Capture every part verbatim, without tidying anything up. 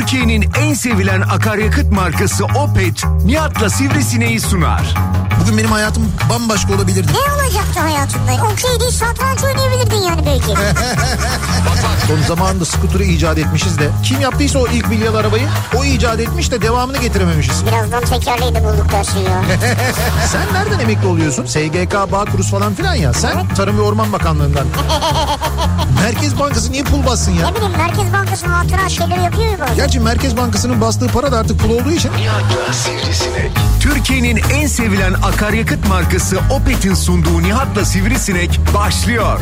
Türkiye'nin en sevilen akaryakıt markası Opet, Nihat'la Sivrisineği sunar. Bugün benim hayatım bambaşka olabilirdi. Ne olacaktı hayatında? Okey değil, satranç oynayabilirdin yani belki. Son zamanında skuturu icat etmişiz de. Kim yaptıysa o ilk milyalı arabayı o icat etmiş de devamını getirememişiz. Birazdan tekerleği de bulduk dersin ya. Sen nereden emekli oluyorsun? S G K, Bağkuruz falan filan ya. Sen evet. Tarım ve Orman Bakanlığı'ndan. Merkez Bankası niye pul bassın ya? Ne bileyim, Merkez Bankası hatıra şeyleri yapıyor ya bazen. Gerçi Merkez Bankası'nın bastığı para da artık pul olduğu için. Nihat'la Sivrisinek. Türkiye'nin en sevilen akaryakıt markası Opet'in sunduğu Nihat'la Sivrisinek başlıyor.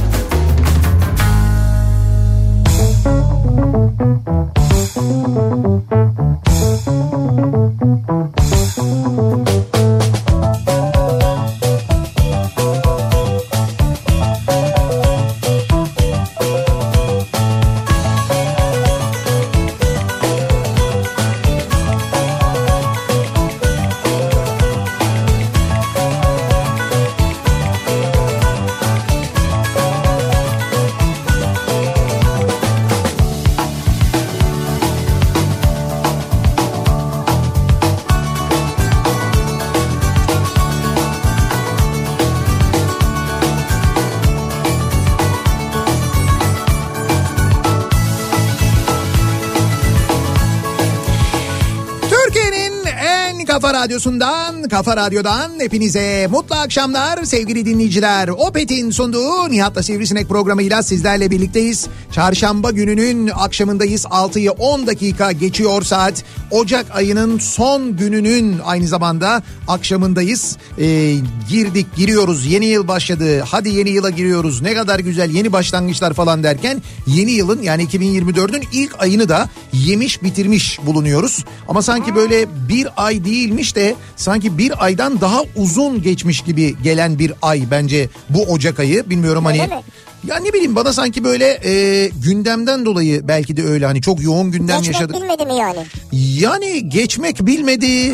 Kafa Radyosu'ndan, Kafa Radyo'dan hepinize mutlu akşamlar sevgili dinleyiciler. Opet'in sunduğu Nihat'la Sivrisinek programıyla sizlerle birlikteyiz. Çarşamba gününün akşamındayız. altıyı on dakika geçiyor saat. Ocak ayının son gününün aynı zamanda akşamındayız. Ee, girdik, giriyoruz. Yeni yıl başladı. Hadi yeni yıla giriyoruz. Ne kadar güzel yeni başlangıçlar falan derken yeni yılın yani iki bin yirmi dördün ilk ayını da yemiş bitirmiş bulunuyoruz. Ama sanki böyle bir ay değilmiş de sanki bir aydan daha uzun geçmiş gibi gelen bir ay bence bu Ocak ayı. Bilmiyorum hani. Öyle mi? Ya ne bileyim, bana sanki böyle e, gündemden dolayı belki de öyle, hani çok yoğun gündem geçmek yaşadık. Geçmek bilmedi mi yani? Yani geçmek bilmedi.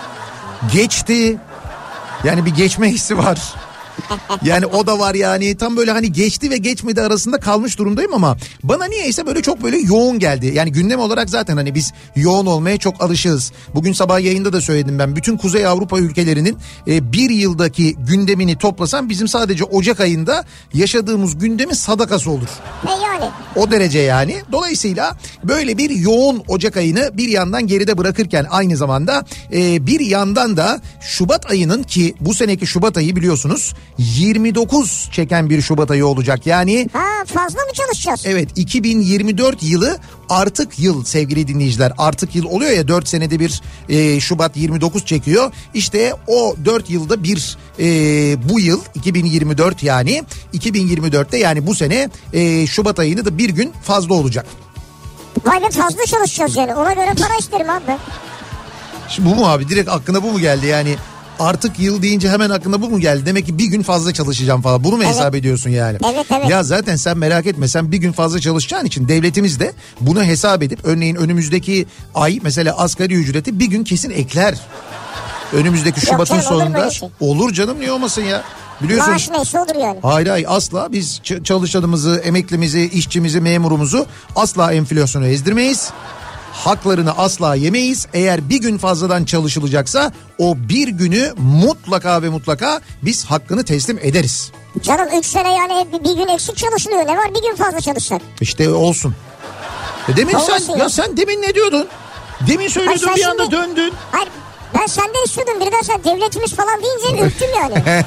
Geçti. Yani bir geçme hissi var. Yani o da var yani, tam böyle hani geçti ve geçmedi arasında kalmış durumdayım ama bana niyeyse böyle çok böyle yoğun geldi. Yani gündem olarak zaten hani biz yoğun olmaya çok alışığız. Bugün sabah yayında da söyledim ben, bütün Kuzey Avrupa ülkelerinin e, bir yıldaki gündemini toplasam bizim sadece Ocak ayında yaşadığımız gündemin sadakası olur. E yani. O derece yani. Dolayısıyla böyle bir yoğun Ocak ayını bir yandan geride bırakırken aynı zamanda e, bir yandan da Şubat ayının, ki bu seneki Şubat ayı biliyorsunuz yirmi dokuz çeken bir Şubat ayı olacak. Yani ha, fazla mı çalışacağız? Evet, iki bin yirmi dört yılı artık yıl sevgili dinleyiciler. Artık yıl oluyor ya, dört senede bir e, Şubat yirmi dokuz çekiyor. İşte o dört yılda bir e, bu yıl iki bin yirmi dört, yani iki bin yirmi dörtte yani bu sene e, Şubat ayını da bir gün fazla olacak. Vay be, fazla çalışacağız yani, ona göre para isterim abi. Şimdi bu mu abi, direkt aklına bu mu geldi yani? Artık yıl deyince hemen aklına bu mu geldi? Demek ki bir gün fazla çalışacağım falan. Bunu mu evet. hesap ediyorsun yani? Evet evet. Ya zaten sen merak etme, sen bir gün fazla çalışacağın için devletimiz de bunu hesap edip örneğin önümüzdeki ay mesela asgari ücreti bir gün kesin ekler. Önümüzdeki Şubat'ın canım, sonunda. Olur, şey. olur canım, niye olmasın ya? Biliyorsun. Maaş neyse olur yani. Hayır hayır, asla biz çalışanımızı, emeklimizi, işçimizi, memurumuzu asla enflasyona ezdirmeyiz. Haklarını asla yemeyiz. Eğer bir gün fazladan çalışılacaksa o bir günü mutlaka ve mutlaka biz hakkını teslim ederiz. Canım üç sene yani bir gün eksik çalışılıyor. Ne var bir gün fazla çalışsak? İşte olsun. E demin Olmasın sen ya. ya sen demin ne diyordun? Demin söylüyordun, bir anda şimdi, döndün. Hayır, ben senden istiyordum, birden sen devletimiz falan deyince ürktüm yani.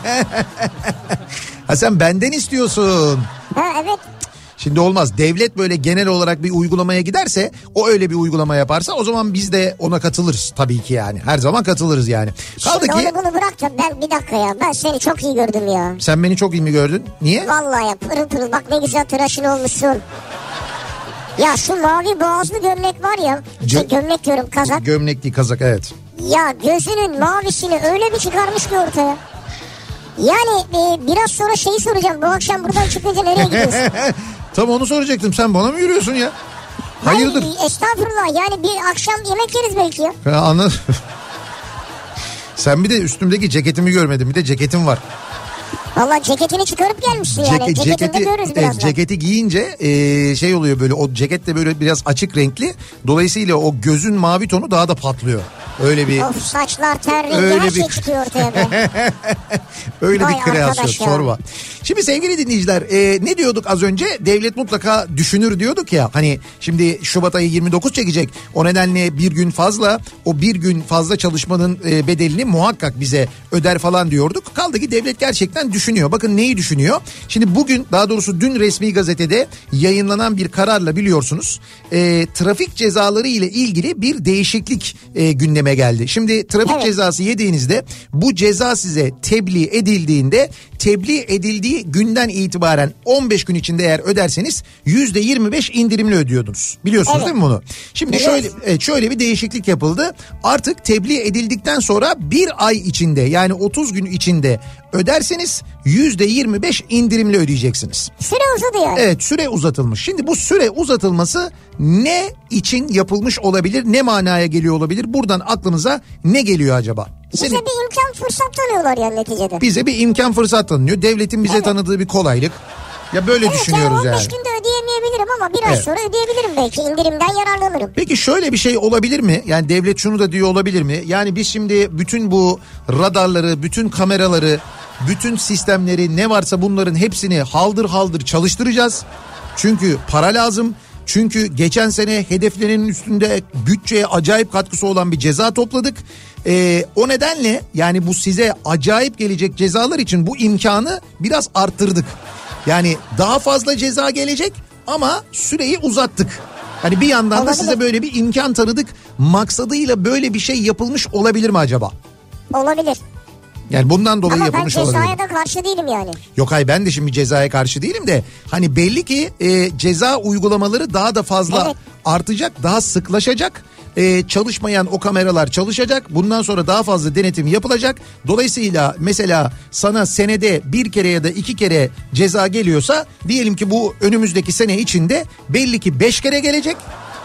Ha, sen benden istiyorsun. Ha evet. Şimdi olmaz. Devlet böyle genel olarak bir uygulamaya giderse, o öyle bir uygulama yaparsa o zaman biz de ona katılırız tabii ki yani. Her zaman katılırız yani. Kaldı Şimdi ki... onu bunu bırak da ben bir dakika ya, ben seni çok iyi gördüm ya. Sen beni çok iyi mi gördün? Niye? Vallahi ya, pırıl pırıl bak ne güzel tıraşın olmuşsun. Ya şu mavi boğazlı gömlek var ya, şey, Gö- gömlek diyorum, kazak. Gömlek değil, kazak, evet. Ya gözünün mavisini öyle bir çıkarmış ki ortaya. Yani e, biraz sonra şeyi soracağım, bu akşam buradan çıkınca nereye gidiyorsun? Tam onu soracaktım, sen bana mı yürüyorsun ya? Hayırdır? Hayır, estağfurullah, yani bir akşam yemek yeriz belki ya. Ha, anladım. Sen bir de üstümdeki ceketimi görmedin, bir de ceketim var. Valla ceketini çıkarıp gelmişsin yani. Ceket, Ceketini ceketi, de görürüz e, birazdan. ceketi giyince e, şey oluyor böyle, o ceket de böyle biraz açık renkli. Dolayısıyla o gözün mavi tonu daha da patlıyor. Öyle bir... Of, saçlar, ter rengi, öyle her bir, şey çıkıyor ortaya be. öyle Vay bir kreasyon, sorma. Şimdi sevgili dinleyiciler, e, ne diyorduk az önce? Devlet mutlaka düşünür diyorduk ya. Hani şimdi Şubat ayı yirmi dokuz çekecek. O nedenle bir gün fazla, o bir gün fazla çalışmanın e, bedelini muhakkak bize öder falan diyorduk. Kaldı ki devlet gerçekten düşünüyor. Bakın neyi düşünüyor? Şimdi bugün, daha doğrusu dün resmi gazetede yayınlanan bir kararla biliyorsunuz e, trafik cezaları ile ilgili bir değişiklik e, gündeme geldi. Şimdi trafik evet. cezası yediğinizde bu ceza size tebliğ edildiğinde, tebliğ edildiği günden itibaren on beş gün içinde eğer öderseniz yüzde yirmi beş indirimli ödüyordunuz. Biliyorsunuz evet. değil mi bunu? Şimdi evet. şöyle evet, şöyle bir değişiklik yapıldı. Artık tebliğ edildikten sonra bir ay içinde, yani otuz gün içinde öderseniz yüzde yirmi beş indirimli ödeyeceksiniz. Süre uzadı yani. Evet, süre uzatılmış. Şimdi bu süre uzatılması ne için yapılmış olabilir? Ne manaya geliyor olabilir? Buradan aklınıza ne geliyor acaba? Bize Senin, bir imkan fırsat tanıyorlar yani neticede. bize bir imkan fırsat tanınıyor. Devletin bize evet. tanıdığı bir kolaylık. Ya böyle evet, düşünüyoruz yani. on beş yani. günde ödeyemeyebilirim ama bir ay Evet. sonra ödeyebilirim belki. İndirimden yararlanırım. Peki şöyle bir şey olabilir mi? Yani devlet şunu da diyor olabilir mi? Yani biz şimdi bütün bu radarları, bütün kameraları, bütün sistemleri, ne varsa bunların hepsini haldır haldır çalıştıracağız. Çünkü para lazım. Çünkü geçen sene hedeflerinin üstünde bütçeye acayip katkısı olan bir ceza topladık. Ee, o nedenle yani bu size acayip gelecek cezalar için bu imkanı biraz arttırdık. Yani daha fazla ceza gelecek ama süreyi uzattık. Hani bir yandan olabilir. da size böyle bir imkan tanıdık maksadıyla böyle bir şey yapılmış olabilir mi acaba? Olabilir. Yani bundan dolayı ama yapılmış ben olabilir. cezaya da karşı değilim yani. Yok hayır, ben de şimdi cezaya karşı değilim de hani belli ki e, ceza uygulamaları daha da fazla evet. artacak, daha sıklaşacak. Ee, çalışmayan o kameralar çalışacak. Bundan sonra daha fazla denetim yapılacak. Dolayısıyla mesela sana senede bir kere ya da iki kere ceza geliyorsa, diyelim ki bu önümüzdeki sene içinde belli ki beş kere gelecek.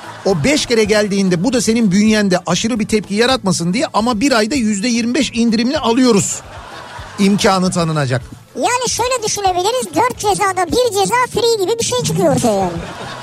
O beş kere geldiğinde bu da senin bünyende aşırı bir tepki yaratmasın diye ama bir ayda yüzde yirmi beş indirimli alıyoruz imkanı tanınacak. Yani şöyle düşünebiliriz, dört cezada bir ceza free gibi bir şey çıkıyor ortaya yani.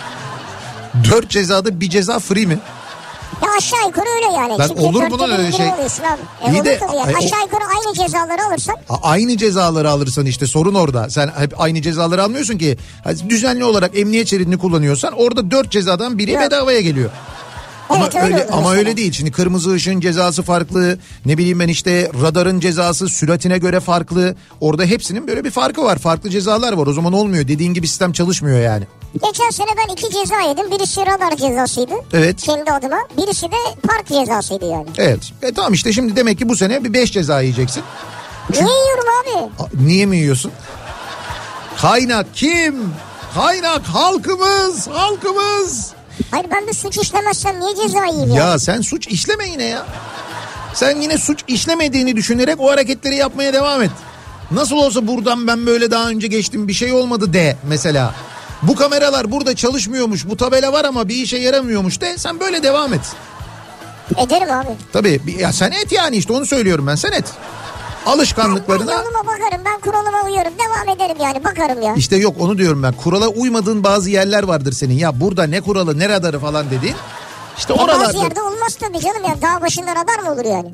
Dört cezada bir ceza free mi? Ya aşağı yukarı öyle yani. Ben çünkü olur bunun öyle şey. E İyi olur de, tabii yani. ay, Aşağı o, yukarı aynı cezaları alırsan. Aynı cezaları alırsan işte sorun orada. Sen hep aynı cezaları almıyorsun ki. Düzenli olarak emniyet şeridini kullanıyorsan orada dört cezadan biri Yok. bedavaya geliyor. Ama Evet, öyle öyle olur ama mesela. öyle değil. Şimdi kırmızı ışığın cezası farklı. Ne bileyim ben işte radarın cezası süratine göre farklı. Orada hepsinin böyle bir farkı var. Farklı cezalar var. O zaman olmuyor. Dediğin gibi sistem çalışmıyor yani. Geçen sene ben iki ceza yedim. Birisi radar cezasıydı. Evet. Kendi adıma. Birisi de park cezasıydı yani. Evet. E tamam işte şimdi demek ki bu sene bir beş ceza yiyeceksin. Niye yiyorum abi? A, niye mi yiyorsun? Kaynak kim? Kaynak halkımız, halkımız. Hayır, ben bir suç işlemezsem niye ceza yiyeyim ya? Ya sen suç işleme yine ya. Sen yine suç işlemediğini düşünerek o hareketleri yapmaya devam et. Nasıl olsa buradan ben böyle daha önce geçtim, bir şey olmadı de mesela. Bu kameralar burada çalışmıyormuş, bu tabela var ama bir işe yaramıyormuş de, sen böyle devam et. Ederim abi. Tabii ya, sen et yani, işte onu söylüyorum ben, sen et. Alışkanlıklarına. Ben yoluma bakarım, ben kuralıma uyuyorum, devam ederim yani, bakarım ya. İşte yok, onu diyorum ben, kurala uymadığın bazı yerler vardır senin. Ya burada ne kuralı ne radarı falan dediğin. İşte e oralarda. Bazı yerde olmaz tabii canım ya, dağ başında radar mı olur yani?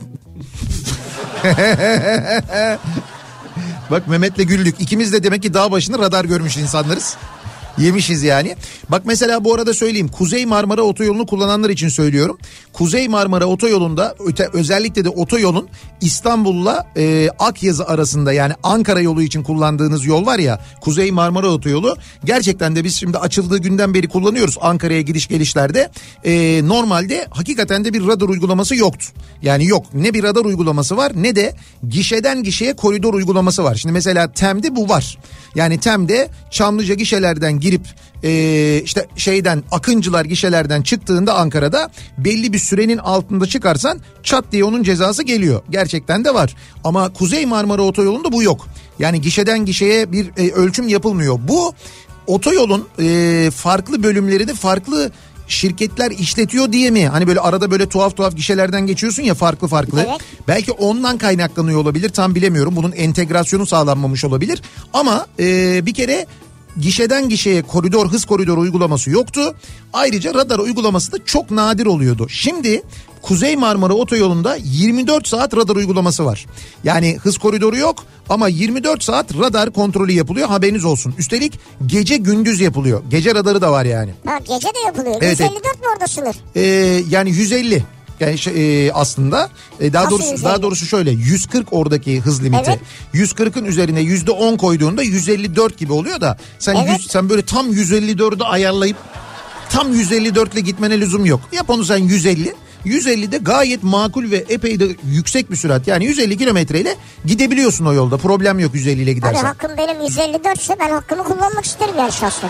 Bak Mehmet'le güldük. İkimiz de demek ki dağ başında radar görmüş insanlarız. Yemişiz yani. Bak mesela bu arada söyleyeyim. Kuzey Marmara Otoyolu'nu kullananlar için söylüyorum. Kuzey Marmara Otoyolu'nda öte, özellikle de otoyolun İstanbul'la e, Akyazı arasında, yani Ankara yolu için kullandığınız yol var ya, Kuzey Marmara Otoyolu, gerçekten de biz şimdi açıldığı günden beri kullanıyoruz Ankara'ya gidiş gelişlerde. E, normalde hakikaten de bir radar uygulaması yoktu. Yani yok, ne bir radar uygulaması var ne de gişeden gişeye koridor uygulaması var. Şimdi mesela TEM'de bu var. Yani TEM'de Çamlıca gişelerden girip e, işte şeyden Akıncılar gişelerden çıktığında Ankara'da belli bir sürenin altında çıkarsan çat diye onun cezası geliyor. Gerçekten de var. Ama Kuzey Marmara Otoyolu'nda bu yok. Yani gişeden gişeye bir e, ölçüm yapılmıyor. Bu otoyolun e, farklı bölümlerini farklı şirketler işletiyor diye mi? Hani böyle arada böyle tuhaf tuhaf gişelerden geçiyorsun ya, farklı farklı. Evet. Belki ondan kaynaklanıyor olabilir, tam bilemiyorum. Bunun entegrasyonu sağlanmamış olabilir. Ama e, bir kere gişeden gişeye koridor, hız koridoru uygulaması yoktu. Ayrıca radar uygulaması da çok nadir oluyordu. Şimdi Kuzey Marmara Otoyolu'nda yirmi dört saat radar uygulaması var. Yani hız koridoru yok ama yirmi dört saat radar kontrolü yapılıyor, haberiniz olsun. Üstelik gece gündüz yapılıyor. Gece radarı da var yani. Ha, gece de yapılıyor. Evet, yüz elli dört mü orada sınır? Ee, yani yüz elli. Yani şey, e, aslında e, daha Nasıl doğrusu yüz elli? daha doğrusu şöyle yüz kırk oradaki hız limiti. Evet. yüz kırkın üzerine yüzde on koyduğunda yüz elli dört gibi oluyor da sen Evet. yüz, sen böyle tam yüz elli dördü ayarlayıp tam yüz elli dört ile gitmene lüzum yok. Yap onu sen yüz elli. yüz elli de gayet makul ve epey de yüksek bir sürat. Yani yüz elli kilometreyle gidebiliyorsun o yolda. Problem yok yüz elli ile gidersen. Hani hakkım benim yüz elli dört ise ben hakkımı kullanmak isterim yani şahsen.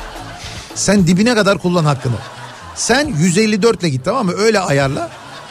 Sen dibine kadar kullan hakkını. Sen yüz elli dört ile git, tamam mı? Öyle ayarla.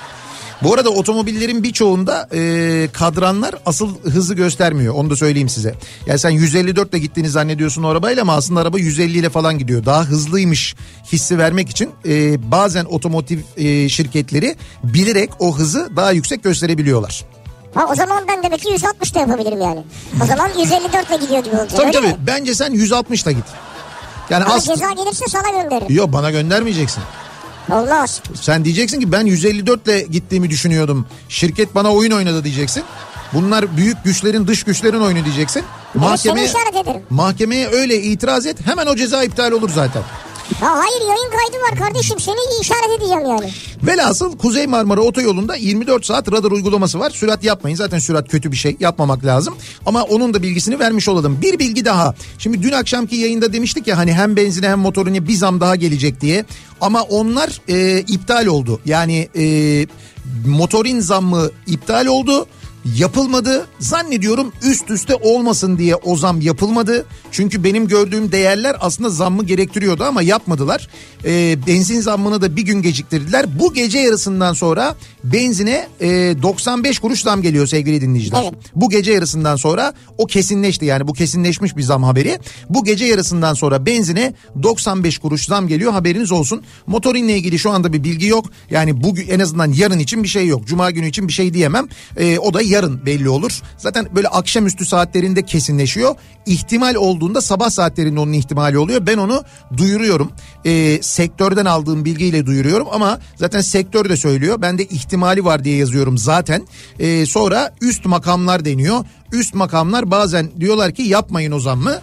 Bu arada otomobillerin birçoğunda e, kadranlar asıl hızı göstermiyor. Onu da söyleyeyim size. Yani sen yüz elli dört ile gittiğini zannediyorsun o arabayla ama aslında araba yüz elli ile falan gidiyor. Daha hızlıymış hissi vermek için e, bazen otomotiv e, şirketleri bilerek o hızı daha yüksek gösterebiliyorlar. Ha, o zaman ben demek ki yüz altmış da yapabilirim yani. O zaman yüz elli dört ile gidiyor gibi olacak. Tabii öyle tabii. mi? Bence sen yüz altmış ile git. Yani Ama as- ceza gelirse sana gönderirim. Yok, bana göndermeyeceksin. Olmaz. Sen diyeceksin ki ben yüz elli dört ile gittiğimi düşünüyordum. Şirket bana oyun oynadı diyeceksin. Bunlar büyük güçlerin, dış güçlerin oyunu diyeceksin. Mahkemeye, seni işaret ederim. mahkemeye öyle itiraz et, hemen o ceza iptal olur zaten. Ya hayır, yayın kaydı var kardeşim, seni işaret edeceğim yani. Velhasıl Kuzey Marmara Otoyolu'nda yirmi dört saat radar uygulaması var. Sürat yapmayın, zaten sürat kötü bir şey, yapmamak lazım. Ama onun da bilgisini vermiş olalım. Bir bilgi daha. Şimdi dün akşamki yayında demiştik ya hani hem benzine hem motorine bir zam daha gelecek diye. Ama onlar e, iptal oldu. Yani e, motorin zammı iptal oldu. Yapılmadı. Zannediyorum üst üste olmasın diye o zam yapılmadı. Çünkü benim gördüğüm değerler aslında zammı gerektiriyordu ama yapmadılar. Ee, benzin zammını da bir gün geciktirdiler. Bu gece yarısından sonra benzine e, doksan beş kuruş zam geliyor sevgili dinleyiciler. Evet. Bu gece yarısından sonra o kesinleşti, yani bu kesinleşmiş bir zam haberi. Bu gece yarısından sonra benzine doksan beş kuruş zam geliyor, haberiniz olsun. Motorinle ilgili şu anda bir bilgi yok. Yani bugün, en azından yarın için bir şey yok. Cuma günü için bir şey diyemem. Ee, o da yarın belli olur. Zaten böyle akşamüstü saatlerinde kesinleşiyor. İhtimal olduğunda sabah saatlerinde onun ihtimali oluyor. Ben onu duyuruyorum. Ee, sektörden aldığım bilgiyle duyuruyorum ama zaten sektör de söylüyor. Ben de ihtimali var diye yazıyorum zaten. Ee, sonra üst makamlar deniyor. Üst makamlar bazen diyorlar ki yapmayın o zammı.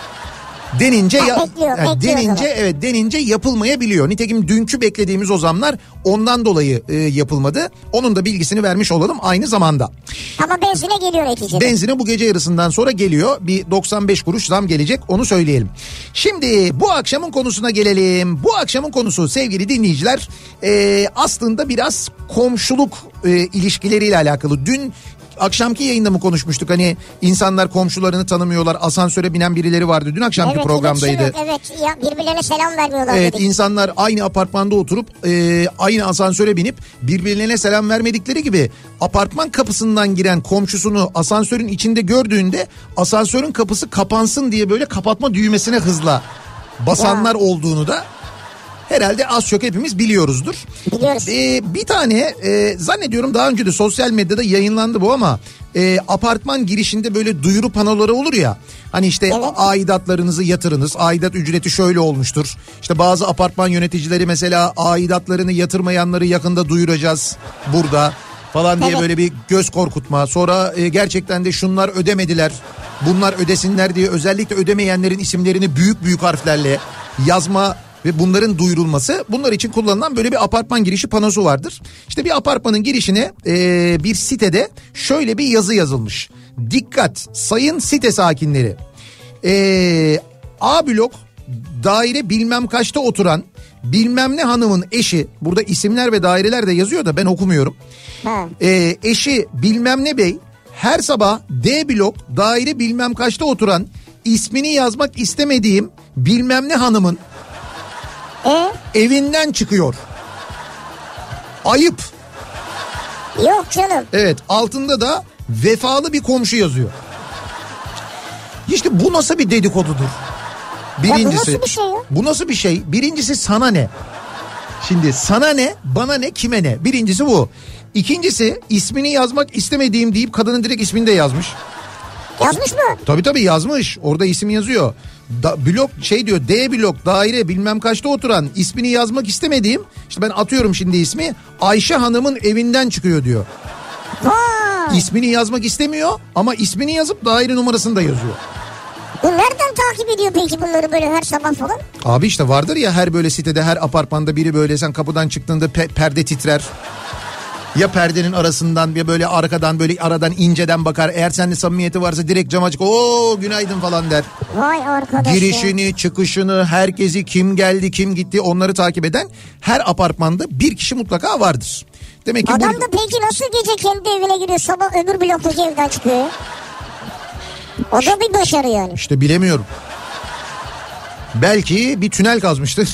Denince ya, bekliyor, yani bekliyor denince zaman. evet denince yapılmayabiliyor. Nitekim dünkü beklediğimiz o zamlar ondan dolayı e, yapılmadı. Onun da bilgisini vermiş olalım aynı zamanda. Ama benzine geliyor neticede. Benzine bu gece yarısından sonra geliyor. Bir doksan beş kuruş zam gelecek, onu söyleyelim. Şimdi bu akşamın konusuna gelelim. Bu akşamın konusu sevgili dinleyiciler e, aslında biraz komşuluk e, ilişkileriyle alakalı. Dün akşamki yayında mı konuşmuştuk? Hani insanlar komşularını tanımıyorlar. Asansöre binen birileri vardı. Dün akşamki evet, programdaydı. Evet, evet. Ya, birbirlerine selam vermiyorlar Evet, dedik. insanlar aynı apartmanda oturup e, aynı asansöre binip birbirlerine selam vermedikleri gibi apartman kapısından giren komşusunu asansörün içinde gördüğünde asansörün kapısı kapansın diye böyle kapatma düğmesine hızla basanlar ya. Olduğunu da herhalde az çok hepimiz biliyoruzdur. Biliyoruz. Ee, bir tane e, zannediyorum daha önce de sosyal medyada yayınlandı bu ama e, apartman girişinde böyle duyuru panoları olur ya. Hani işte evet. aidatlarınızı yatırınız, aidat ücreti şöyle olmuştur. İşte bazı apartman yöneticileri mesela aidatlarını yatırmayanları yakında duyuracağız burada falan diye evet. böyle bir göz korkutma. Sonra e, gerçekten de şunlar ödemediler, bunlar ödesinler diye özellikle ödemeyenlerin isimlerini büyük büyük harflerle yazma ve bunların duyurulması, bunlar için kullanılan böyle bir apartman girişi panosu vardır. İşte bir apartmanın girişine e, bir sitede şöyle bir yazı yazılmış. Dikkat sayın site sakinleri. E, A blok daire bilmem kaçta oturan bilmem ne hanımın eşi, burada isimler ve daireler de yazıyor da ben okumuyorum. E, eşi bilmem ne bey her sabah D blok daire bilmem kaçta oturan ismini yazmak istemediğim bilmem ne hanımın E? evinden çıkıyor. Ayıp. Yok canım. Evet, altında da vefalı bir komşu yazıyor. İşte bu nasıl bir dedikodudur? Birincisi. Ya bu nasıl bir şey ya? Bu nasıl bir şey? Birincisi sana ne? Şimdi sana ne, bana ne, kime ne? Birincisi bu. İkincisi ismini yazmak istemediğim deyip kadının direkt ismini de yazmış. Yazmış mı? Tabii tabii yazmış. Orada isim yazıyor. Da, blok şey diyor, D blok daire bilmem kaçta oturan, ismini yazmak istemediğim, işte ben atıyorum şimdi ismi, Ayşe Hanım'ın evinden çıkıyor diyor. Vay. İsmini yazmak istemiyor ama ismini yazıp daire numarasını da yazıyor. Bu nereden takip ediyor peki bunları böyle her sabah falan? Abi işte vardır ya her böyle sitede, her apartmanda biri böyle, sen kapıdan çıktığında pe- perde titrer. Ya perdenin arasından ya böyle arkadan, böyle aradan inceden bakar. Eğer seninle samimiyeti varsa direkt cama çık, ooo günaydın falan der. Vay arkadaş. Girişini, çıkışını, herkesi, kim geldi kim gitti onları takip eden her apartmanda bir kişi mutlaka vardır. Demek ki Adam bu... da peki nasıl gece kendi evine giriyor, sabah öbür bloktaki evden çıkıyor? O da bir başarı yani. İşte bilemiyorum. Belki bir tünel kazmıştır.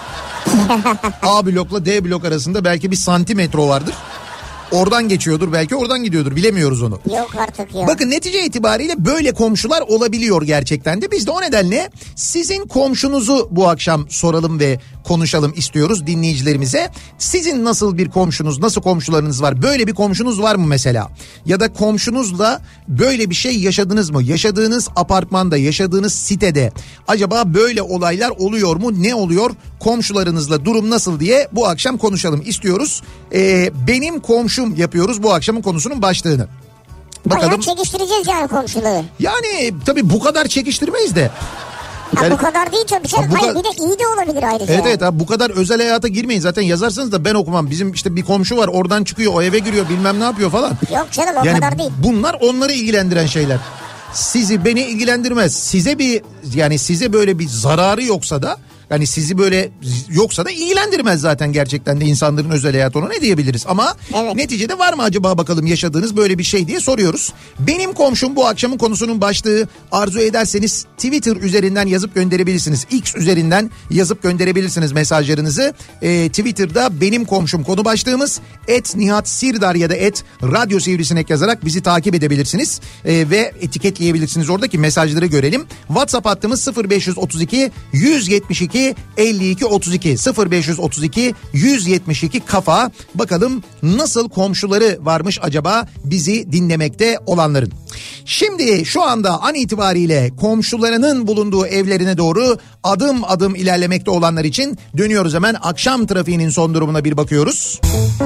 A blokla D blok arasında belki bir santimetro vardır. Oradan geçiyordur, belki oradan gidiyordur, bilemiyoruz onu. Yok artık ya. Bakın netice itibariyle böyle komşular olabiliyor gerçekten de. Biz de o nedenle sizin komşunuzu bu akşam soralım ve konuşalım istiyoruz dinleyicilerimize. Sizin nasıl bir komşunuz, nasıl komşularınız var? Böyle bir komşunuz var mı mesela? Ya da komşunuzla böyle bir şey yaşadınız mı? Yaşadığınız apartmanda, yaşadığınız sitede acaba böyle olaylar oluyor mu? Ne oluyor? Komşularınızla durum nasıl diye bu akşam konuşalım istiyoruz. Ee, benim komşum yapıyoruz bu akşamın konusunun başlığını. Bakalım. Bayağı çekiştireceğiz yani komşuluğu. Yani tabii bu kadar çekiştirmeyiz de. Ha, Yani, bu kadar değil tabii canım. Hayır, bir de iyi de olabilir ayrıca. Evet evet abi, bu kadar özel hayata girmeyin. Zaten yazarsanız da ben okumam. Bizim işte bir komşu var, oradan çıkıyor, o eve giriyor, bilmem ne yapıyor falan. Yok canım, o yani kadar değil. Bunlar onları ilgilendiren şeyler. Sizi, beni ilgilendirmez. Size bir, yani size böyle bir zararı yoksa da, yani sizi böyle yoksa da ilgilendirmez zaten gerçekten de insanların özel hayatı, ona ne diyebiliriz? Ama evet, neticede var mı acaba bakalım yaşadığınız böyle bir şey diye soruyoruz. Benim komşum bu akşamın konusunun başlığı. Arzu ederseniz Twitter üzerinden yazıp gönderebilirsiniz. X üzerinden yazıp gönderebilirsiniz mesajlarınızı. Ee, Twitter'da benim komşum konu başlığımız. Et Nihat Sirdar ya da et Radyo Sivrisinek yazarak bizi takip edebilirsiniz. Ee, ve etiketleyebilirsiniz oradaki mesajları görelim. WhatsApp hattımız sıfır beş otuz iki yüz yetmiş iki elli iki otuz iki sıfır beş otuz iki yüz yetmiş iki kafa. Bakalım nasıl komşuları varmış acaba bizi dinlemekte olanların. Şimdi şu anda an itibariyle komşularının bulunduğu evlerine doğru adım adım ilerlemekte olanlar için dönüyoruz, hemen akşam trafiğinin son durumuna bir bakıyoruz.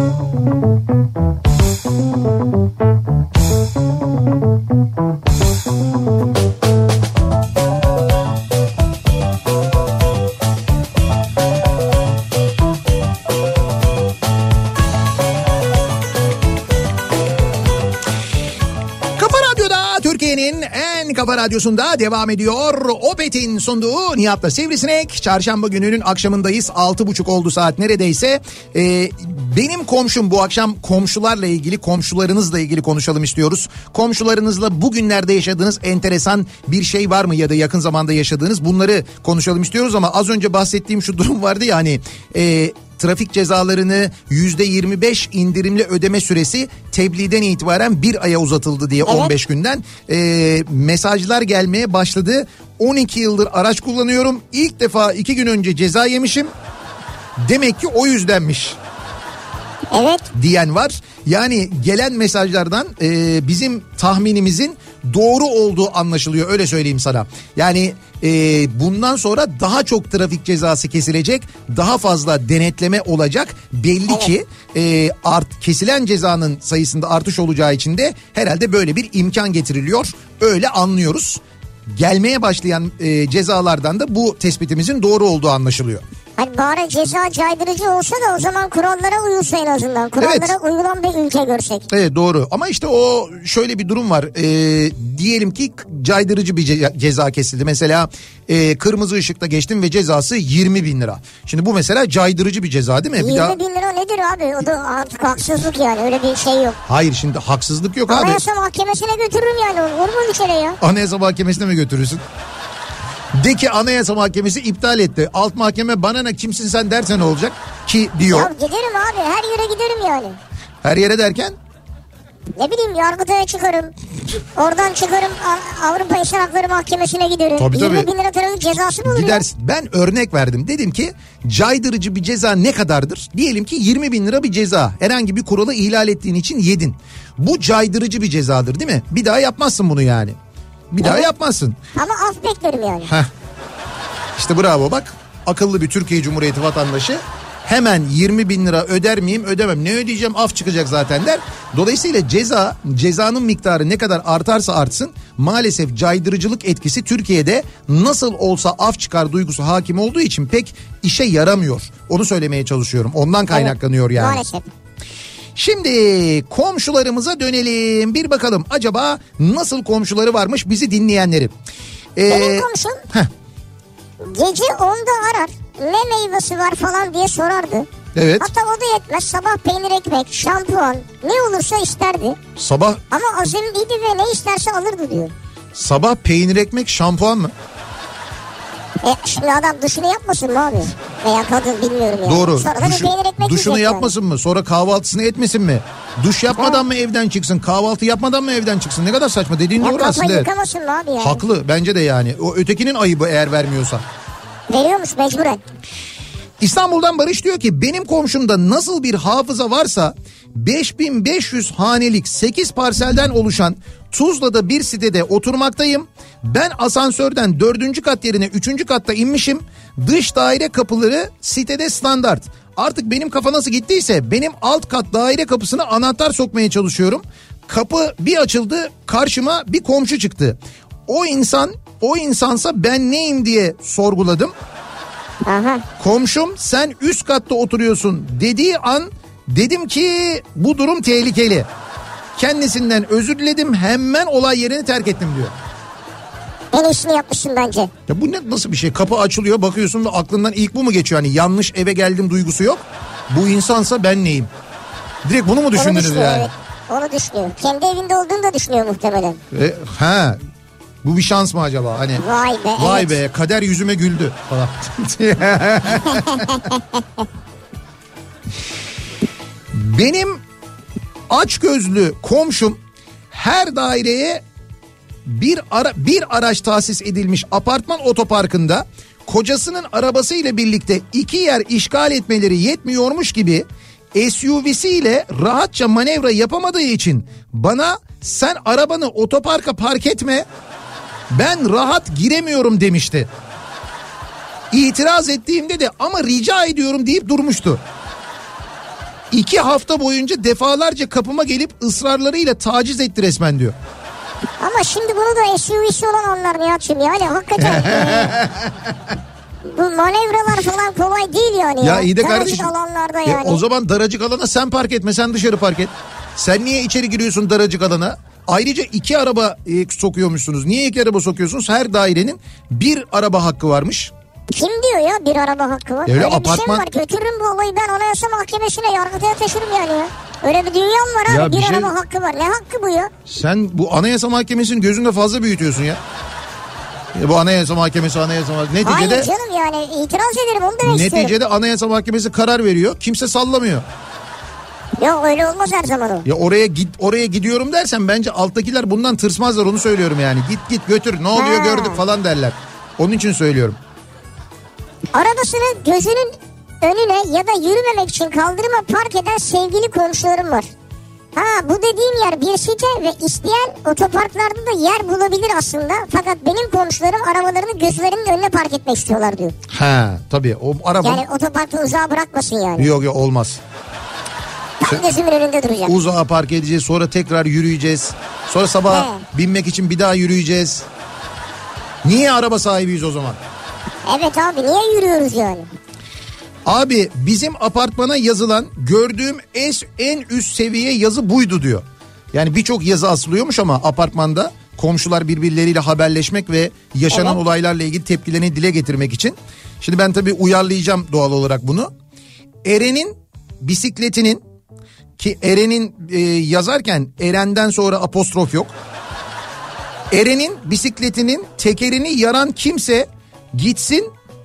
Kafa Radyosu'nda devam ediyor. Opet'in sunduğu Nihat'la Sivrisinek. Çarşamba gününün akşamındayız. Altı buçuk oldu saat neredeyse. Ee, benim komşum bu akşam komşularla ilgili, komşularınızla ilgili konuşalım istiyoruz. Komşularınızla bugünlerde yaşadığınız enteresan bir şey var mı ya da yakın zamanda yaşadığınız, bunları konuşalım istiyoruz. Ama az önce bahsettiğim şu durum vardı ya hani... E, trafik cezalarını yüzde yirmi beş indirimli ödeme süresi tebliğden itibaren bir aya uzatıldı diye, evet, on beş günden e, mesajlar gelmeye başladı. on iki yıldır araç kullanıyorum. İlk defa iki gün önce ceza yemişim. Demek ki o yüzdenmiş. Evet. Diyen var. Yani gelen mesajlardan e, bizim tahminimizin doğru olduğu anlaşılıyor, öyle söyleyeyim sana. Yani e, bundan sonra daha çok trafik cezası kesilecek, daha fazla denetleme olacak. Belli evet. ki e, art, kesilen cezanın sayısında artış olacağı için de herhalde böyle bir imkan getiriliyor. Öyle anlıyoruz. Gelmeye başlayan e, cezalardan da bu tespitimizin doğru olduğu anlaşılıyor. Hani bari ceza caydırıcı olsa da o zaman kurallara uyulsa en azından. Kurallara evet. uyulan bir ülke görsek. Evet doğru, ama işte o şöyle bir durum var. Ee, diyelim ki caydırıcı bir ce- ceza kesildi. Mesela e, kırmızı ışıkta geçtim ve cezası yirmi bin lira. Şimdi bu mesela caydırıcı bir ceza değil mi? yirmi bir daha... bin lira nedir abi? O da artık haksızlık yani, öyle bir şey yok. Hayır şimdi haksızlık yok abi. Anayasa Mahkemesi'ne götürürüm yani, olur mu bir kere ya? Anayasa Mahkemesi'ne mi götürürsün? De ki Anayasa Mahkemesi iptal etti. Alt mahkeme bana ne, kimsin sen derse ne olacak ki diyor. Ya giderim abi, her yere giderim yani. Her yere derken? Ne bileyim, Yargıtay'a çıkarım. Oradan çıkarım Avrupa İnsan Hakları Mahkemesi'ne giderim. Tabii, tabii. yirmi bin lira trafik cezası mı olur Gidersin. Ya? Ben örnek verdim. Dedim ki caydırıcı bir ceza ne kadardır? Diyelim ki yirmi bin lira bir ceza. Herhangi bir kuralı ihlal ettiğin için yedin. Bu caydırıcı bir cezadır değil mi? Bir daha yapmazsın bunu yani. Bir evet. daha yapmazsın. Ama af beklerim yani. Heh. İşte bravo bak. Akıllı bir Türkiye Cumhuriyeti vatandaşı hemen yirmi bin lira öder miyim ödemem, ne ödeyeceğim, af çıkacak zaten der. Dolayısıyla ceza cezanın miktarı ne kadar artarsa artsın maalesef caydırıcılık etkisi Türkiye'de nasıl olsa af çıkar duygusu hakim olduğu için pek işe yaramıyor. Onu söylemeye çalışıyorum, ondan kaynaklanıyor evet, yani. Maalesef. Şimdi komşularımıza dönelim, bir bakalım acaba nasıl komşuları varmış bizi dinleyenleri. Ee, Benim komşum heh. gece onda arar, ne meyvesi var falan diye sorardı. Evet. Hatta o da yetmez, sabah peynir ekmek, şampuan ne olursa isterdi. Sabah. Ama azimliydi ve ne isterse alırdı diyor. Sabah peynir ekmek şampuan mı? E şimdi adam duşunu yapmasın mı abi? Veya kadın bilmiyorum yani. Doğru. Sonra Duşu, peynir ekmek duşunu yapmasın yani. mı? Sonra kahvaltısını etmesin mi? Duş yapmadan ha. mı evden çıksın? Kahvaltı yapmadan mı evden çıksın? Ne kadar saçma, dediğin ya doğru aslında. Kafayı yıkamasın mı abi yani? Haklı bence de yani. O ötekinin ayıbı eğer vermiyorsa. Veriyormuş mecburen. İstanbul'dan Barış diyor ki benim komşumda nasıl bir hafıza varsa beş bin beş yüz hanelik sekiz parselden oluşan Tuzla'da bir sitede oturmaktayım. Ben asansörden dördüncü kat yerine üçüncü katta inmişim. Dış daire kapıları sitede standart. Artık benim kafa nasıl gittiyse benim alt kat daire kapısına anahtar sokmaya çalışıyorum. Kapı bir açıldı, karşıma bir komşu çıktı. O insan, o insansa ben neyim diye sorguladım. Aha. Komşum sen üst katta oturuyorsun dediği an dedim ki bu durum tehlikeli. Kendisinden özür diledim, hemen olay yerini terk ettim diyor. En iyisini yapmışsın bence. Ya bu ne, nasıl bir şey? Kapı açılıyor, bakıyorsun ve aklından ilk bu mu geçiyor? Hani yanlış eve geldim duygusu yok. Bu insansa ben neyim? Direkt bunu mu düşündünüz düşünüyor, yani? Evet. Onu düşünüyor. Kendi evinde olduğunu da düşünüyor muhtemelen. E, ha. Bu bir şans mı acaba? Hani vay be. Vay evet. be, kader yüzüme güldü falan. Benim açgözlü komşum her daireye bir ara, bir araç tahsis edilmiş apartman otoparkında kocasının arabasıyla birlikte iki yer işgal etmeleri yetmiyormuş gibi S U V'siyle rahatça manevra yapamadığı için bana sen arabanı otoparka park etme, ben rahat giremiyorum demişti. İtiraz ettiğimde de ama rica ediyorum deyip durmuştu. İki hafta boyunca defalarca kapıma gelip ısrarlarıyla taciz etti resmen diyor. Ama şimdi bunu da S U V'si olan anlar Nihat'cığım yani hakikaten. e, bu manevralar falan kolay değil yani. Ya ya. iyi de daracık kardeşim. alanlarda E, yani. o zaman daracık alana sen park etme, sen dışarı park et. Sen niye içeri giriyorsun daracık alana? Ayrıca iki araba e, sokuyormuşsunuz. Niye iki araba sokuyorsunuz? Her dairenin bir araba hakkı varmış. Kim diyor ya bir araba hakkı var? Öyle Öyle apartman... bir şey mi var? Götürürüm bu olayı ben Anayasa Mahkemesi'ne, Yargıtay'a taşırım yani ya. Öyle bir dünya mı var abi? Ya bir bir şey... araba hakkı var. Ne hakkı bu ya? Sen bu Anayasa Mahkemesi'nin gözünde fazla büyütüyorsun ya. Ya bu Anayasa Mahkemesi, Anayasa Mahkemesi. Neticede... Hayır canım yani itiraz ederim onu demek istiyorum. Neticede Anayasa Mahkemesi karar veriyor. Kimse sallamıyor. Yok öyle olmaz her zaman o. Ya oraya git, oraya gidiyorum dersen bence alttakiler bundan tırsmazlar, onu söylüyorum yani. Git git götür, ne oluyor ha. gördük falan derler. Onun için söylüyorum. Arabasını gözünün önüne ya da yürümemek için kaldırıma park eden sevgili komşularım var. Ha bu dediğim yer bir site ve isteyen otoparklarda da yer bulabilir aslında. Fakat benim komşularım arabalarını gözlerinin önüne park etmek istiyorlar diyor. Ha tabii o araba. Yani otoparkta uzağa bırakmasın yani. Yok yok olmaz. Tam gözümün önünde duracak. Uzağa park edeceğiz, sonra tekrar yürüyeceğiz. Sonra sabah He. binmek için bir daha yürüyeceğiz. Niye araba sahibiyiz o zaman? Evet abi niye yürüyoruz yani? Abi bizim apartmana yazılan gördüğüm en üst seviye yazı buydu diyor. Yani birçok yazı asılıyormuş ama apartmanda komşular birbirleriyle haberleşmek ve yaşanan evet. olaylarla ilgili tepkilerini dile getirmek için. Şimdi ben tabii uyarlayacağım doğal olarak bunu. Eren'in bisikletinin, ki Eren'in e, yazarken Eren'den sonra apostrof yok. Eren'in bisikletinin tekerini yaran kimse gitsin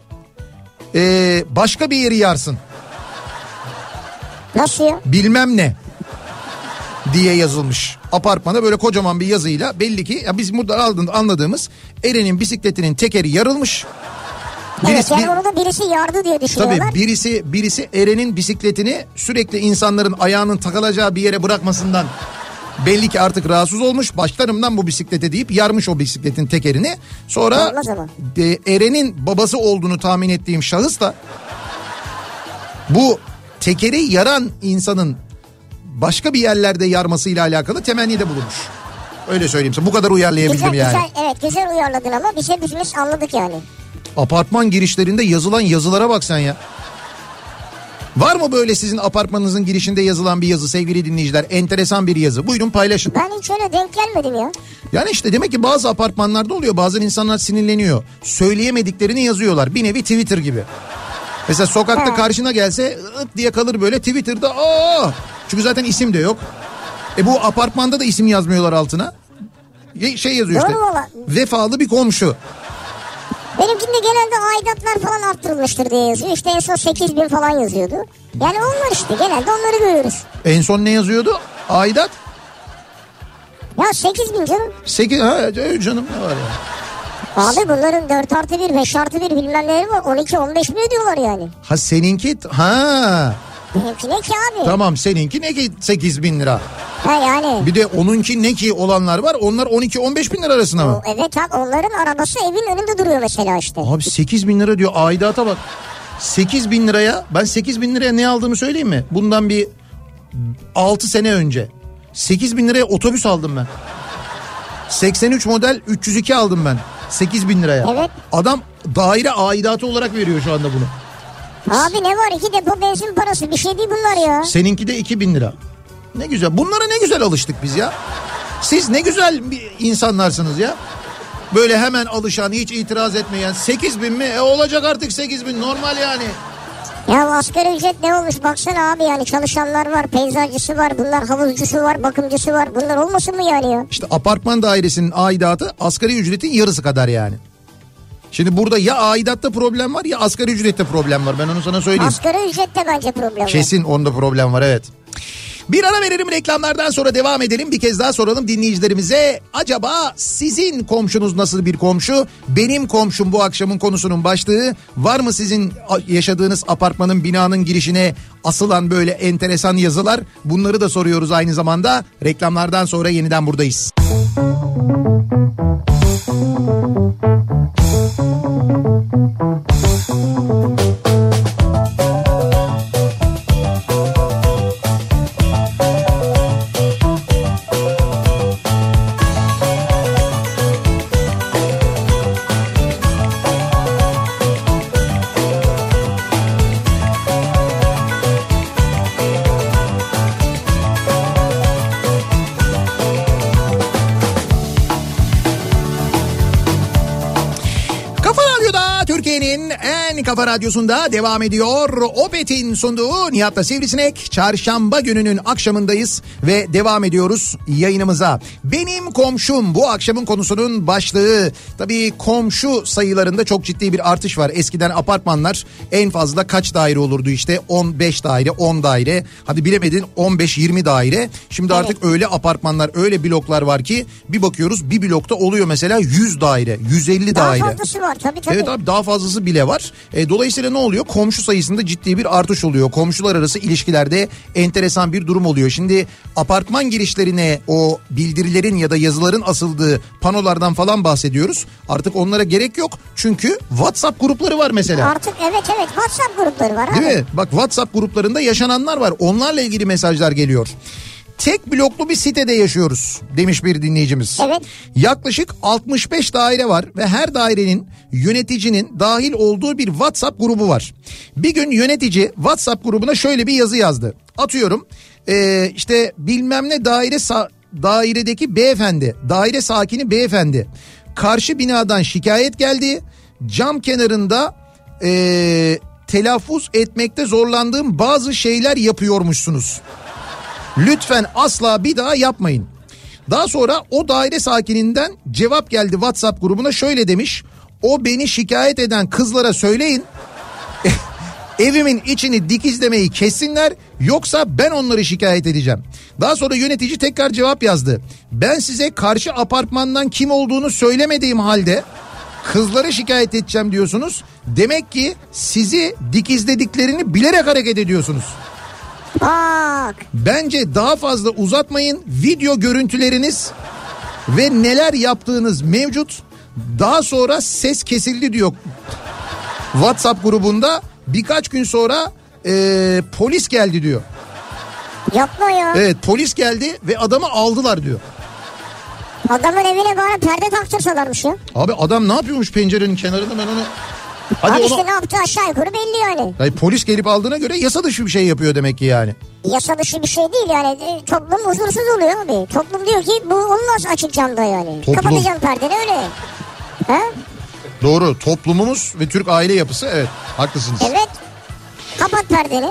e, başka bir yeri yarsın. Nasıl ya? Bilmem ne diye yazılmış. Apartmana böyle kocaman bir yazıyla belli ki ya biz burada aldığında anladığımız Eren'in bisikletinin tekeri yarılmış. Evet Birisi, yani bir, onu da birisi yardı diye düşünüyorlar. tabii birisi birisi Eren'in bisikletini sürekli insanların ayağının takılacağı bir yere bırakmasından belli ki artık rahatsız olmuş. Başlarımdan bu bisiklete deyip yarmış o bisikletin tekerini. Sonra e, Eren'in babası olduğunu tahmin ettiğim şahıs da bu tekeri yaran insanın başka bir yerlerde yarmasıyla alakalı temennide bulunmuş. Öyle söyleyeyim size. Bu kadar uyarlayabildim güzel, yani. Güzel, evet güzel uyarladın ama biz hepimiz anladık yani. Apartman girişlerinde yazılan yazılara bak sen ya. Var mı böyle sizin apartmanınızın girişinde yazılan bir yazı sevgili dinleyiciler? Enteresan bir yazı. Buyurun paylaşın. Ben hiç öyle denk gelmedim ya. Yani işte demek ki bazı apartmanlarda oluyor. Bazen insanlar sinirleniyor. Söyleyemediklerini yazıyorlar. Bir nevi Twitter gibi. Mesela sokakta He. karşına gelse ıt diye kalır böyle Twitter'da. Aa! Çünkü zaten isim de yok. E bu apartmanda da isim yazmıyorlar altına. Şey yazıyor Doğru işte. valla. Vefalı bir komşu. Benimkinde genelde aidatlar falan arttırılmıştır diye yazıyor. İşte en son sekiz bin falan yazıyordu. Yani onlar işte genelde onları görüyoruz. En son ne yazıyordu? Aidat? Ya sekiz bin canım. sekiz ha canım ne var ya? Abi bunların dört artı bir, beş artı bir bilmem neleri var. on iki on beş mi ödüyorlar yani? Ha seninki ha. Benimki ne ki abi? Tamam seninki ne ki sekiz bin lira. Ha yani. Bir de onunki ne ki olanlar var. Onlar on iki on beş bin lira arasında mı? O, evet abi onların arabası evin önünde duruyor mesela işte. Abi sekiz bin lira diyor aidata bak. sekiz bin liraya ben sekiz bin liraya ne aldığımı söyleyeyim mi? Bundan bir altı sene önce. sekiz bin liraya otobüs aldım ben. seksen üç model üç yüz iki aldım ben. sekiz bin liraya. Evet. Adam daire aidatı olarak veriyor şu anda bunu. Abi ne var iki depo benzin parası bir şey değil bunlar ya. Seninki de iki bin lira. Ne güzel. Bunlara ne güzel alıştık biz ya. Siz ne güzel bir insanlarsınız ya. Böyle hemen alışan, hiç itiraz etmeyen. sekiz bin mi? E olacak artık sekiz bin normal yani. Ya asgari ücret ne olmuş baksana abi yani çalışanlar var, peyzajcısı var, bunlar havuzcusu var, bakımcısı var. Bunlar olmasın mı yani ya? İşte apartman dairesinin aidatı asgari ücretin yarısı kadar yani. Şimdi burada ya aidatta problem var ya asgari ücrette problem var. Ben onu sana söyleyeyim. Asgari ücrette bence problem var. Kesin onda problem var evet. Bir ara verelim reklamlardan sonra devam edelim. Bir kez daha soralım dinleyicilerimize. Acaba sizin komşunuz nasıl bir komşu? Benim komşum bu akşamın konusunun başlığı. Var mı sizin yaşadığınız apartmanın binanın girişine asılan böyle enteresan yazılar? Bunları da soruyoruz aynı zamanda. Reklamlardan sonra yeniden buradayız. Kafa Radyosu'nda devam ediyor. Opet'in sunduğu Nihat'la Sivrisinek. Çarşamba gününün akşamındayız ve devam ediyoruz yayınımıza. Benim komşum bu akşamın konusunun başlığı. Tabii komşu sayılarında çok ciddi bir artış var. Eskiden apartmanlar en fazla kaç daire olurdu işte on beş daire, on daire. Hadi bilemedin on beş yirmi daire. Şimdi evet. Artık öyle apartmanlar, öyle bloklar var ki bir bakıyoruz bir blokta oluyor mesela yüz daire, yüz elli daha daire. Daha fazlası var tabii tabii. Evet abi daha fazlası bile var. E, dolayısıyla ne oluyor? Komşu sayısında ciddi bir artış oluyor. Komşular arası ilişkilerde enteresan bir durum oluyor. Şimdi apartman girişlerine o bildirilerin ya da yazıların asıldığı panolardan falan bahsediyoruz. Artık onlara gerek yok. Çünkü WhatsApp grupları var mesela. Artık evet evet WhatsApp grupları var abi. Değil mi? Bak WhatsApp gruplarında yaşananlar var. Onlarla ilgili mesajlar geliyor. Tek bloklu bir sitede yaşıyoruz demiş bir dinleyicimiz. Evet. Yaklaşık altmış beş daire var ve her dairenin yöneticinin dahil olduğu bir WhatsApp grubu var. Bir gün yönetici WhatsApp grubuna şöyle bir yazı yazdı. Atıyorum ee, işte bilmem ne daire sa- dairedeki beyefendi, daire sakini beyefendi. Karşı binadan şikayet geldi. Cam kenarında ee, telaffuz etmekte zorlandığım bazı şeyler yapıyormuşsunuz. Lütfen asla bir daha yapmayın. Daha sonra o daire sakininden cevap geldi WhatsApp grubuna şöyle demiş. O beni şikayet eden kızlara söyleyin. Evimin içini dikizlemeyi kessinler yoksa ben onları şikayet edeceğim. Daha sonra yönetici tekrar cevap yazdı. Ben size karşı apartmandan kim olduğunu söylemediğim halde kızları şikayet edeceğim diyorsunuz. Demek ki sizi dikizlediklerini bilerek hareket ediyorsunuz. Bak. Bence daha fazla uzatmayın. Video görüntüleriniz ve neler yaptığınız mevcut. Daha sonra ses kesildi diyor. WhatsApp grubunda birkaç gün sonra e, polis geldi diyor. Yapma ya. Evet, polis geldi ve adamı aldılar diyor. Adamın evine bari perde taktırsalarmış ya. Abi adam ne yapıyormuş pencerenin kenarında, ben onu... Hadi Abi ona... işte ne yaptı aşağı yukarı belli yani. Yani polis gelip aldığına göre yasa dışı bir şey yapıyor demek ki yani. Yasa dışı bir şey değil yani, toplum huzursuz oluyor abi. Toplum diyor ki bu olmaz açık camda yani. Toplum... Kapatacağım perdeni öyle. Ha? Doğru, toplumumuz ve Türk aile yapısı, evet haklısınız. Evet, kapat perdeni.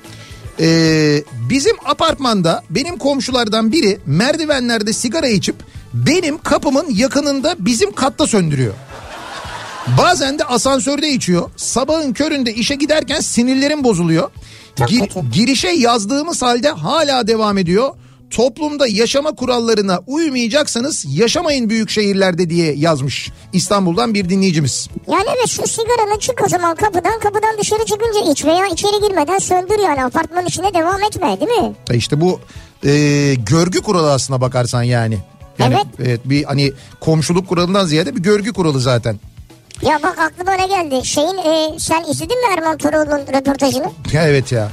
Ee, bizim apartmanda benim komşulardan biri merdivenlerde sigara içip benim kapımın yakınında bizim katta söndürüyor. Bazen de asansörde içiyor. Sabahın köründe işe giderken sinirlerim bozuluyor. Gir- girişe yazdığımız halde hala devam ediyor. Toplumda yaşama kurallarına uymayacaksanız yaşamayın büyük şehirlerde diye yazmış İstanbul'dan bir dinleyicimiz. Yani evet, şu sigaranı çık o zaman kapıdan, kapıdan dışarı çıkınca iç veya içeri girmeden söndür yani, apartmanın içine devam etme değil mi? İşte bu e, görgü kuralı aslına bakarsan yani. yani. Evet. Evet, bir hani komşuluk kuralından ziyade bir görgü kuralı zaten. Ya bak aklıma ne geldi? Şeyin e, sen izledin mi Erman Toroğlu'nun röportajını? Ya evet ya.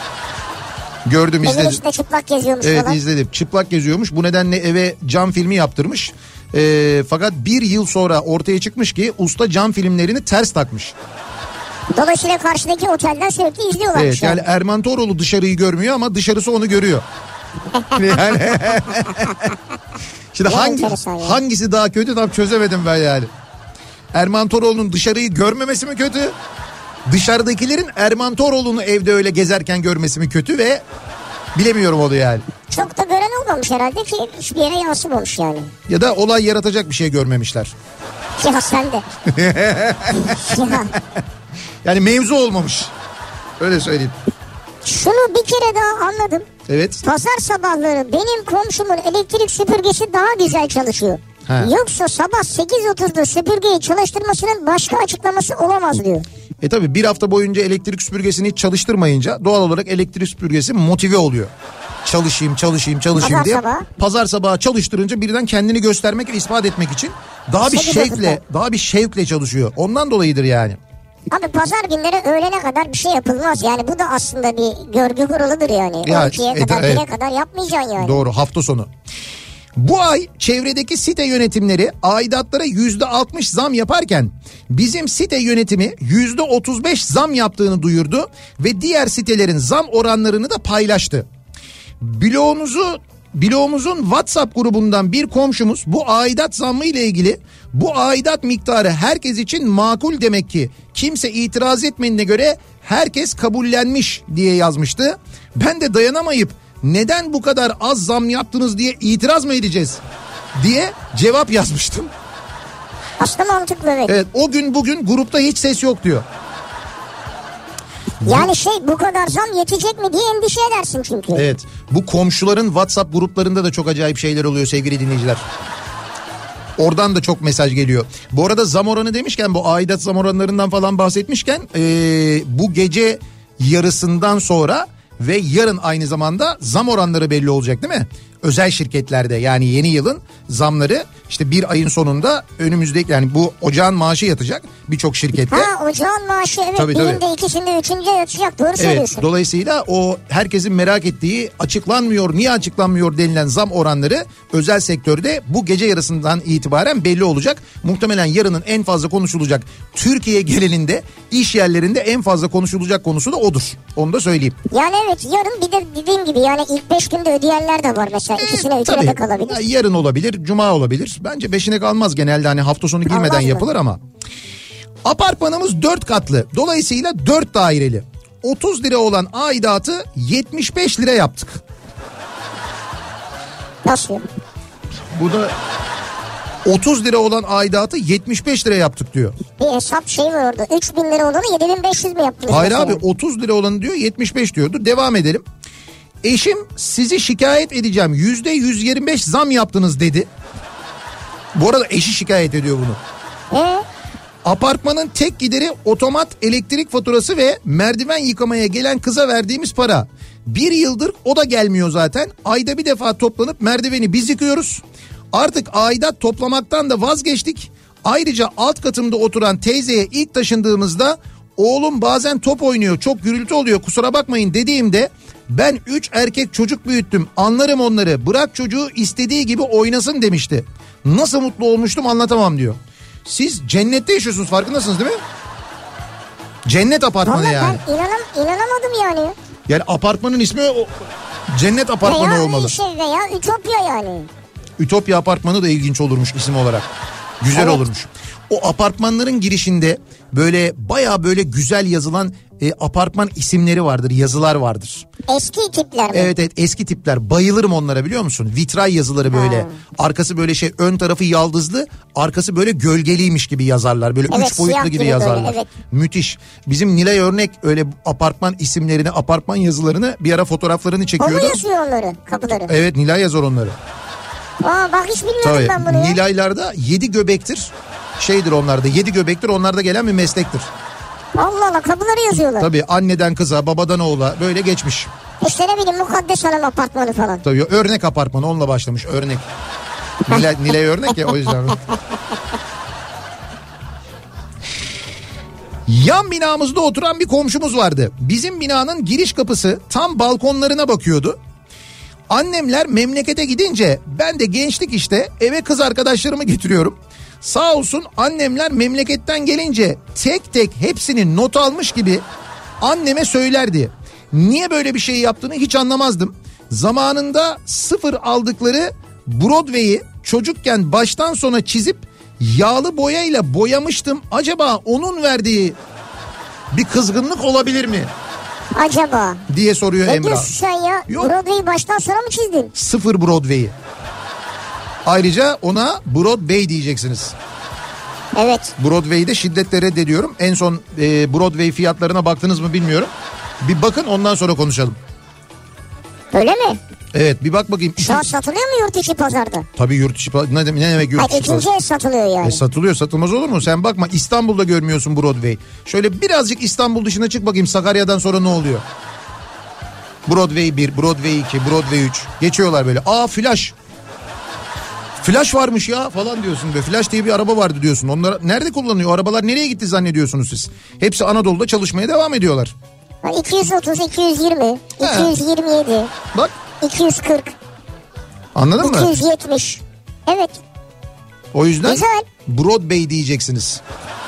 Gördüm, izledim. Evin içinde çıplak geziyormuş evet, falan. Evet izledim. Çıplak geziyormuş. Bu nedenle eve cam filmi yaptırmış. E, fakat bir yıl sonra ortaya çıkmış ki usta cam filmlerini ters takmış. Dolayısıyla karşıdaki otelden sürekli izliyorlar. Evet yani Erman Toroğlu dışarıyı görmüyor ama dışarısı onu görüyor. yani Şimdi hangi, yani. hangisi daha kötü tam çözemedim ben yani. Erman Toroğlu'nun dışarıyı görmemesi mi kötü? Dışarıdakilerin Erman Toroğlu'nu evde öyle gezerken görmesi mi kötü ve bilemiyorum onu yani. Çok da gören olmamış herhalde ki hiçbir yere yansımamış yani. Ya da olay yaratacak bir şey görmemişler. Ya sen de. ya. Yani mevzu olmamış. Öyle söyleyeyim. Şunu bir kere daha anladım. Evet. Pazar sabahları benim komşumun elektrik süpürgesi daha güzel çalışıyor. Ha. Yoksa sabah sekiz otuzda süpürgeyi çalıştırmasının başka açıklaması olamaz diyor. E tabi bir hafta boyunca elektrik süpürgesini hiç çalıştırmayınca doğal olarak elektrik süpürgesi motive oluyor. Çalışayım çalışayım çalışayım Pazar diye. Sabahı. Pazar sabahı çalıştırınca birden kendini göstermek ve ispat etmek için daha bir şevkle daha bir şevkle çalışıyor. Ondan dolayıdır yani. Abi pazar günleri öğlene kadar bir şey yapılmaz. Yani bu da aslında bir görgü kuralıdır yani. Ya, on ikiye e, kadar, evet. bire kadar yapmayacaksın yani. Doğru, hafta sonu. Bu ay çevredeki site yönetimleri aidatlara yüzde altmış zam yaparken bizim site yönetimi yüzde otuz beş zam yaptığını duyurdu ve diğer sitelerin zam oranlarını da paylaştı. Bloğumuzu bloğumuzun WhatsApp grubundan bir komşumuz bu aidat zammı ile ilgili bu aidat miktarı herkes için makul demek ki kimse itiraz etmediğine göre herkes kabullenmiş diye yazmıştı. Ben de dayanamayıp neden bu kadar az zam yaptınız diye itiraz mı edeceğiz diye cevap yazmıştım. Aslında mantıklı evet. Evet, o gün bugün grupta hiç ses yok diyor. Yani şey, bu kadar zam yetecek mi diye endişe edersin çünkü. Evet, bu komşuların WhatsApp gruplarında da çok acayip şeyler oluyor sevgili dinleyiciler. Oradan da çok mesaj geliyor. Bu arada zam oranı demişken, bu aidat zam oranlarından falan bahsetmişken ee, bu gece yarısından sonra ve yarın aynı zamanda zam oranları belli olacak değil mi? Özel şirketlerde, yani yeni yılın zamları işte bir ayın sonunda önümüzdeki, yani bu ocağın maaşı yatacak birçok şirkette. Ha, ocağın maaşı evet, tabii, birinde tabii. ikisinde üçünde yatacak, doğru evet, söylüyorsun. Dolayısıyla o herkesin merak ettiği açıklanmıyor, niye açıklanmıyor denilen zam oranları özel sektörde bu gece yarısından itibaren belli olacak. Muhtemelen yarının en fazla konuşulacak, Türkiye genelinde iş yerlerinde en fazla konuşulacak konusu da odur. Onu da söyleyeyim. Yani evet, yarın bir de dediğim gibi yani ilk beş günde ödeyenler de var mesela. İkisine üçüne de kalabilir. Ya yarın olabilir, cuma olabilir. Bence beşine kalmaz genelde, hani hafta sonu girmeden yapılır ama. Apartmanımız dört katlı. Dolayısıyla dört daireli. otuz lira olan aidatı yetmiş beş lira yaptık. Nasıl? Bu da otuz lira olan aidatı yetmiş beş lira yaptık diyor. Bir hesap şey var orada. üç bin lira olanı yedi bin beş yüz mi yaptınız? Hayır mesela? abi otuz lira olanı diyor yetmiş beş diyordu. Devam edelim. Eşim sizi şikayet edeceğim. yüzde yüz yirmi beş zam yaptınız dedi. Bu arada eşi şikayet ediyor bunu. Ee? Apartmanın tek gideri otomat elektrik faturası ve merdiven yıkamaya gelen kıza verdiğimiz para. Bir yıldır o da gelmiyor zaten. Ayda bir defa toplanıp merdiveni biz yıkıyoruz. Artık aidat toplamaktan da vazgeçtik. Ayrıca alt katımda oturan teyzeye ilk taşındığımızda oğlum bazen top oynuyor, çok gürültü oluyor, kusura bakmayın dediğimde ben üç erkek çocuk büyüttüm, anlarım onları, bırak çocuğu istediği gibi oynasın demişti. Nasıl mutlu olmuştum anlatamam diyor. Siz cennette yaşıyorsunuz, farkındasınız değil mi? Cennet apartmanı Vallahi yani. ben inanam, inanamadım yani. Yani apartmanın ismi o, cennet apartmanı veya olmalı. Şey veya Ütopya yani. Ütopya apartmanı da ilginç olurmuş isim olarak. Güzel evet. olurmuş. O apartmanların girişinde böyle baya böyle güzel yazılan e, apartman isimleri vardır, yazılar vardır. Eski tipler mi? Evet evet eski tipler. Bayılırım onlara, biliyor musun? Vitray yazıları böyle. Ha. Arkası böyle şey, ön tarafı yaldızlı, arkası böyle gölgeliymiş gibi yazarlar. Böyle evet, üç boyutlu gibi yazarlar. Böyle, evet. Müthiş. Bizim Nilay Örnek öyle apartman isimlerini, apartman yazılarını bir ara fotoğraflarını çekiyordu. O mu yazıyor onları, kapıları? Evet, Nilay yazar onları. Aa bak hiç bilmiyordum tabii, ben bunu ya. Nilaylarda yedi göbektir. Şeydir onlarda, yedi göbektir, onlarda gelen bir meslektir. Allah Allah, kapıları yazıyorlar. Tabii, anneden kıza, babadan oğula böyle geçmiş. İşte ne bileyim, Mukaddes Hanım apartmanı falan. Tabii, örnek apartmanı onunla başlamış, örnek. Nilay, Nilay Örnek ya, o yüzden. Yan binamızda oturan bir komşumuz vardı. Bizim binanın giriş kapısı tam balkonlarına bakıyordu. Annemler memlekete gidince ben de gençlik işte eve kız arkadaşlarımı getiriyorum. Sağ olsun annemler memleketten gelince tek tek hepsini not almış gibi anneme söylerdi. Niye böyle bir şey yaptığını hiç anlamazdım. Zamanında sıfır aldıkları Broadway'i çocukken baştan sona çizip yağlı boyayla boyamıştım. Acaba onun verdiği bir kızgınlık olabilir mi? Acaba? Diye soruyor ne Emrah. Ne diyorsun sen ya? Yok. Broadway'i baştan sona mı çizdin? Sıfır Broadway'i. Ayrıca ona Broadway diyeceksiniz. Evet. Broadway'i de şiddetle reddediyorum. En son e, Broadway fiyatlarına baktınız mı bilmiyorum. Bir bakın, ondan sonra konuşalım. Öyle mi? Evet, bir bak bakayım. Şu an satılıyor mu yurt içi pazarda? Tabii yurt içi pazarda. Ne demek, ne demek yurt Hayır, içi pazarda? İkinci el satılıyor yani. E, satılıyor, satılmaz olur mu? Sen bakma, İstanbul'da görmüyorsun Broadway. Şöyle birazcık İstanbul dışına çık bakayım, Sakarya'dan sonra ne oluyor? Broadway bir, Broadway iki, Broadway üç. Geçiyorlar böyle. Aa, Flash. Flash varmış ya falan diyorsun be. Flash diye bir araba vardı diyorsun. Onlar nerede kullanıyor? O arabalar nereye gitti zannediyorsunuz siz? Hepsi Anadolu'da çalışmaya devam ediyorlar. iki yüz otuz, iki yüz yirmi, iki yüz yirmi yedi. Bak. iki yüz kırk. Anladın iki yüz yetmiş. mı? iki yüz yetmiş. Evet. O yüzden güzel. Broadway diyeceksiniz.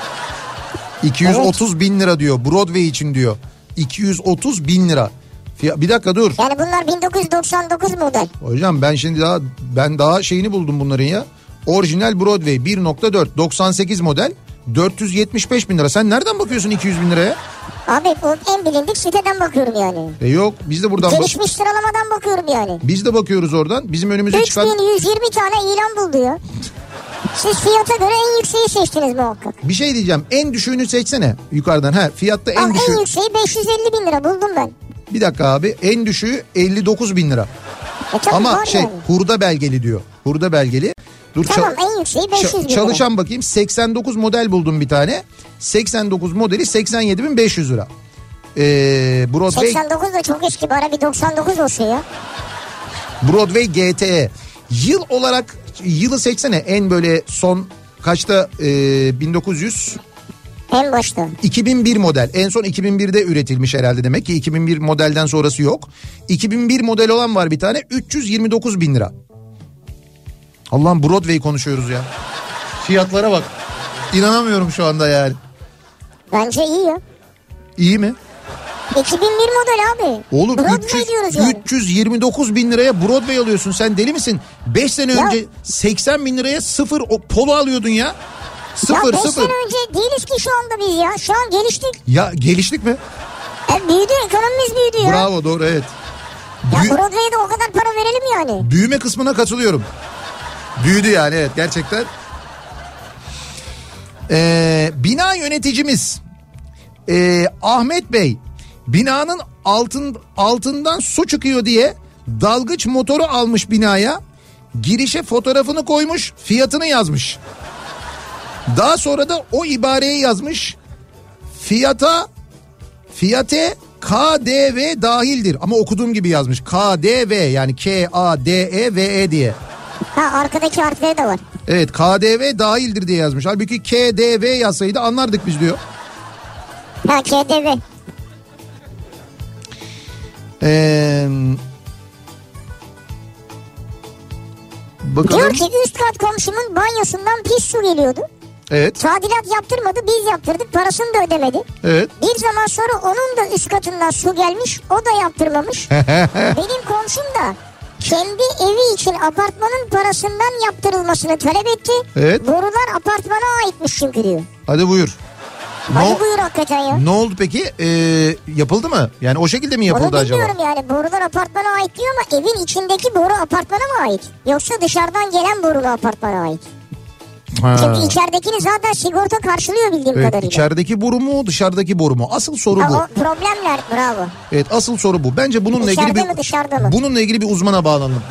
iki yüz otuz evet. bin lira diyor. Broadway için diyor. iki yüz otuz bin lira. Bir dakika dur. Yani bunlar bin dokuz yüz doksan dokuz model. Hocam ben şimdi daha ben daha şeyini buldum bunların ya. Orijinal Broadway bir nokta dört doksan sekiz model dört yüz yetmiş beş bin lira. Sen nereden bakıyorsun iki yüz bin liraya? Abi o en bilindik siteden bakıyorum yani. E yok, biz de buradan gelişmiş bak- sıralamadan bakıyorum yani. Biz de bakıyoruz oradan. Bizim önümüze çıkan üç bin yüz yirmi tane ilan buldu ya. Siz fiyata göre en yükseği seçtiniz muhakkak. Bir şey diyeceğim. En düşüğünü seçsene yukarıdan. Ha, fiyatta en Al, düşüğü. En yükseği beş yüz elli bin lira buldum ben. Bir dakika abi, en düşüğü elli dokuz bin lira. E ama şey yani. hurda belgeli diyor. Hurda belgeli. Dur, tamam çal- en yükseği beş yüz bin lira. Çalışan bakayım, seksen dokuz model buldum bir tane. seksen dokuz modeli seksen yedi bin beş yüz lira. Ee, Broadway... seksen dokuz da çok eski, bari bir doksan dokuz olsun ya. Broadway G T E. Yıl olarak yılı seçsene, en böyle son kaçta ee, bin dokuz yüz... En başta. iki bin bir model. En son iki bin birde üretilmiş herhalde, demek ki iki bin bir modelden sonrası yok. iki bin bir model olan var bir tane, üç yüz yirmi dokuz bin lira. Allah'ım, Broadway konuşuyoruz ya. Fiyatlara bak. İnanamıyorum şu anda yani. Bence iyi ya. İyi mi? iki bin bir model abi. Oğlum üç yüz, yani. üç yüz yirmi dokuz bin liraya Broadway alıyorsun, sen deli misin? beş sene ya. önce seksen bin liraya sıfır o polo alıyordun ya. Sıfır, ya beş sıfır. sene önce değiliz ki şu anda biz ya. Şu an geliştik. Ya geliştik mi? E, büyüdü, ekonomimiz büyüdü ya. Bravo, doğru, evet. Ya Büyü... Broadway'de o kadar para verelim yani. Büyüme kısmına katılıyorum. Büyüdü yani, evet, gerçekten. Ee, bina yöneticimiz e, Ahmet Bey binanın altın altından su çıkıyor diye dalgıç motoru almış binaya. Girişe fotoğrafını koymuş, fiyatını yazmış. Daha sonra da o ibareyi yazmış. Fiyata fiyate K D V dahildir. Ama okuduğum gibi yazmış. K D V yani K A D E V E diye. Ha, arkadaki harfleri de var. Evet, K D V dahildir diye yazmış. Halbuki K D V yazsaydı anlardık biz diyor. Ha, K D V. Eee... Bakalım. Diyor ki üst kat komşumun banyosundan pis su geliyordu. Evet. Tadilat yaptırmadı, biz yaptırdık, parasını da ödemedi. Evet. Bir zaman sonra onun da üst katından su gelmiş, o da yaptırmamış. Benim komşum da kendi evi için apartmanın parasından yaptırılmasını talep etti. Evet. Borular apartmana aitmiş çünkü diyor. Hadi buyur. Hadi no, buyur hakikaten ya. Ne oldu peki? Ee, yapıldı mı? Yani o şekilde mi yapıldı Onu acaba? bilmiyorum yani, borular apartmana ait diyor ama evin içindeki boru apartmana mı ait? Yoksa dışarıdan gelen boru apartmana ait? Ha. Çünkü içeridekini zaten sigorta karşılıyor bildiğim Evet, kadarıyla. İçerideki boru mu, dışarıdaki boru mu? Asıl soru ha, bu. O problemler, bravo. Evet, asıl soru bu. Bence bununla İçeride ilgili bir mi, dışarıda mı? Bununla ilgili bir uzmana bağlanalım.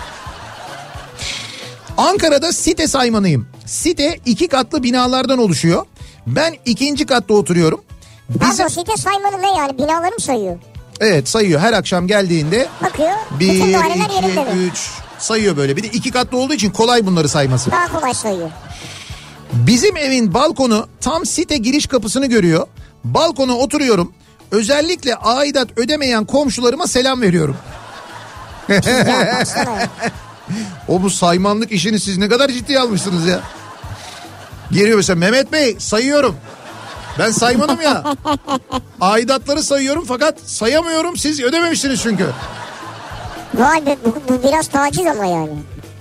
Ankara'da site saymanıyım. Site iki katlı binalardan oluşuyor. Ben ikinci katta oturuyorum. Bizim... Abi site saymanı ne yani, binaları mı sayıyor? Evet, sayıyor her akşam geldiğinde. Bakıyor. Bir, bütün daireler yerinde mi? iki, üç sayıyor böyle. Bir de iki katlı olduğu için kolay bunları sayması. Daha kolay sayıyor. Bizim evin balkonu tam site giriş kapısını görüyor. Balkona oturuyorum. Özellikle aidat ödemeyen komşularıma selam veriyorum. Ya baksana ya. O bu saymanlık işini siz ne kadar ciddiye almışsınız ya. Geliyor mesela, Mehmet Bey sayıyorum. Ben saymadım ya. Aidatları sayıyorum fakat sayamıyorum, siz ödememişsiniz çünkü. Vay be, bu, bu biraz taciz ama yani.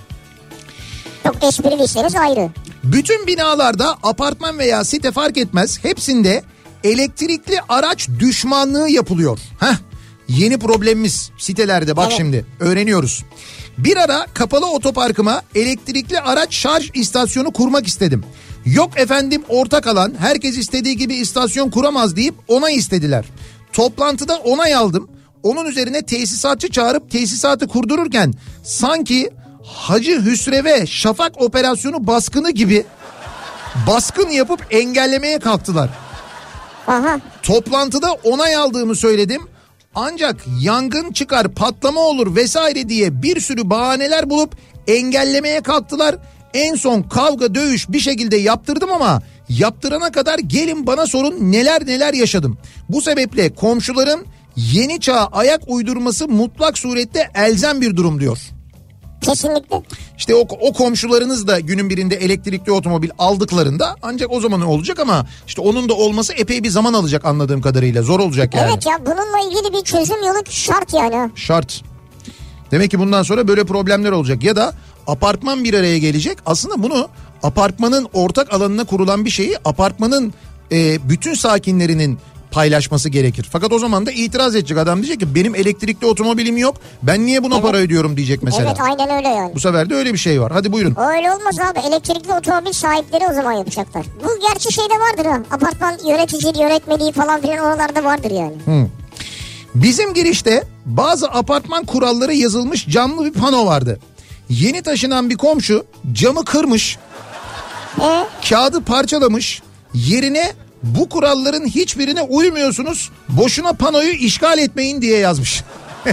Çok espriliyseniz ayrı. Bütün binalarda, apartman veya site fark etmez, hepsinde elektrikli araç düşmanlığı yapılıyor. Heh, yeni problemimiz sitelerde, bak evet. Şimdi öğreniyoruz. Bir ara kapalı otoparkıma elektrikli araç şarj istasyonu kurmak istedim. Yok efendim, ortak alan, herkes istediği gibi istasyon kuramaz deyip onay istediler. Toplantıda onay aldım. Onun üzerine tesisatçı çağırıp tesisatı kurdururken sanki Hacı Hüsrev'e şafak operasyonu baskını gibi baskın yapıp engellemeye kalktılar. Aha. Toplantıda onay aldığımı söyledim. Ancak yangın çıkar, patlama olur vesaire diye bir sürü bahaneler bulup engellemeye kalktılar. En son kavga dövüş bir şekilde yaptırdım ama yaptırana kadar gelin bana sorun neler neler yaşadım. Bu sebeple komşuların yeni çağa ayak uydurması mutlak surette elzem bir durum diyor. Kesinlikle. İşte o, o komşularınız da günün birinde elektrikli otomobil aldıklarında ancak o zaman olacak ama işte onun da olması epey bir zaman alacak anladığım kadarıyla. Zor olacak yani. Evet ya, bununla ilgili bir çözüm yolu şart yani. Şart. Demek ki bundan sonra böyle problemler olacak ya da apartman bir araya gelecek. Aslında bunu apartmanın ortak alanına kurulan bir şeyi apartmanın e, bütün sakinlerinin paylaşması gerekir. Fakat o zaman da itiraz edecek adam, diyecek ki benim elektrikli otomobilim yok, ben niye buna evet. para ödüyorum diyecek mesela. Evet, aynen öyle yani. Bu sefer de öyle bir şey var. Hadi buyurun. Öyle olmaz abi, elektrikli otomobil sahipleri o zaman yapacaklar. Bu gerçi şeyde vardır ha, apartman yöneticiliği, yönetmeliği falan filan oralarda vardır yani. Hı. Bizim girişte bazı apartman kuralları yazılmış camlı bir pano vardı. Yeni taşınan bir komşu camı kırmış, Ee? kağıdı parçalamış, yerine bu kuralların hiçbirine uymuyorsunuz, boşuna panoyu işgal etmeyin diye yazmış.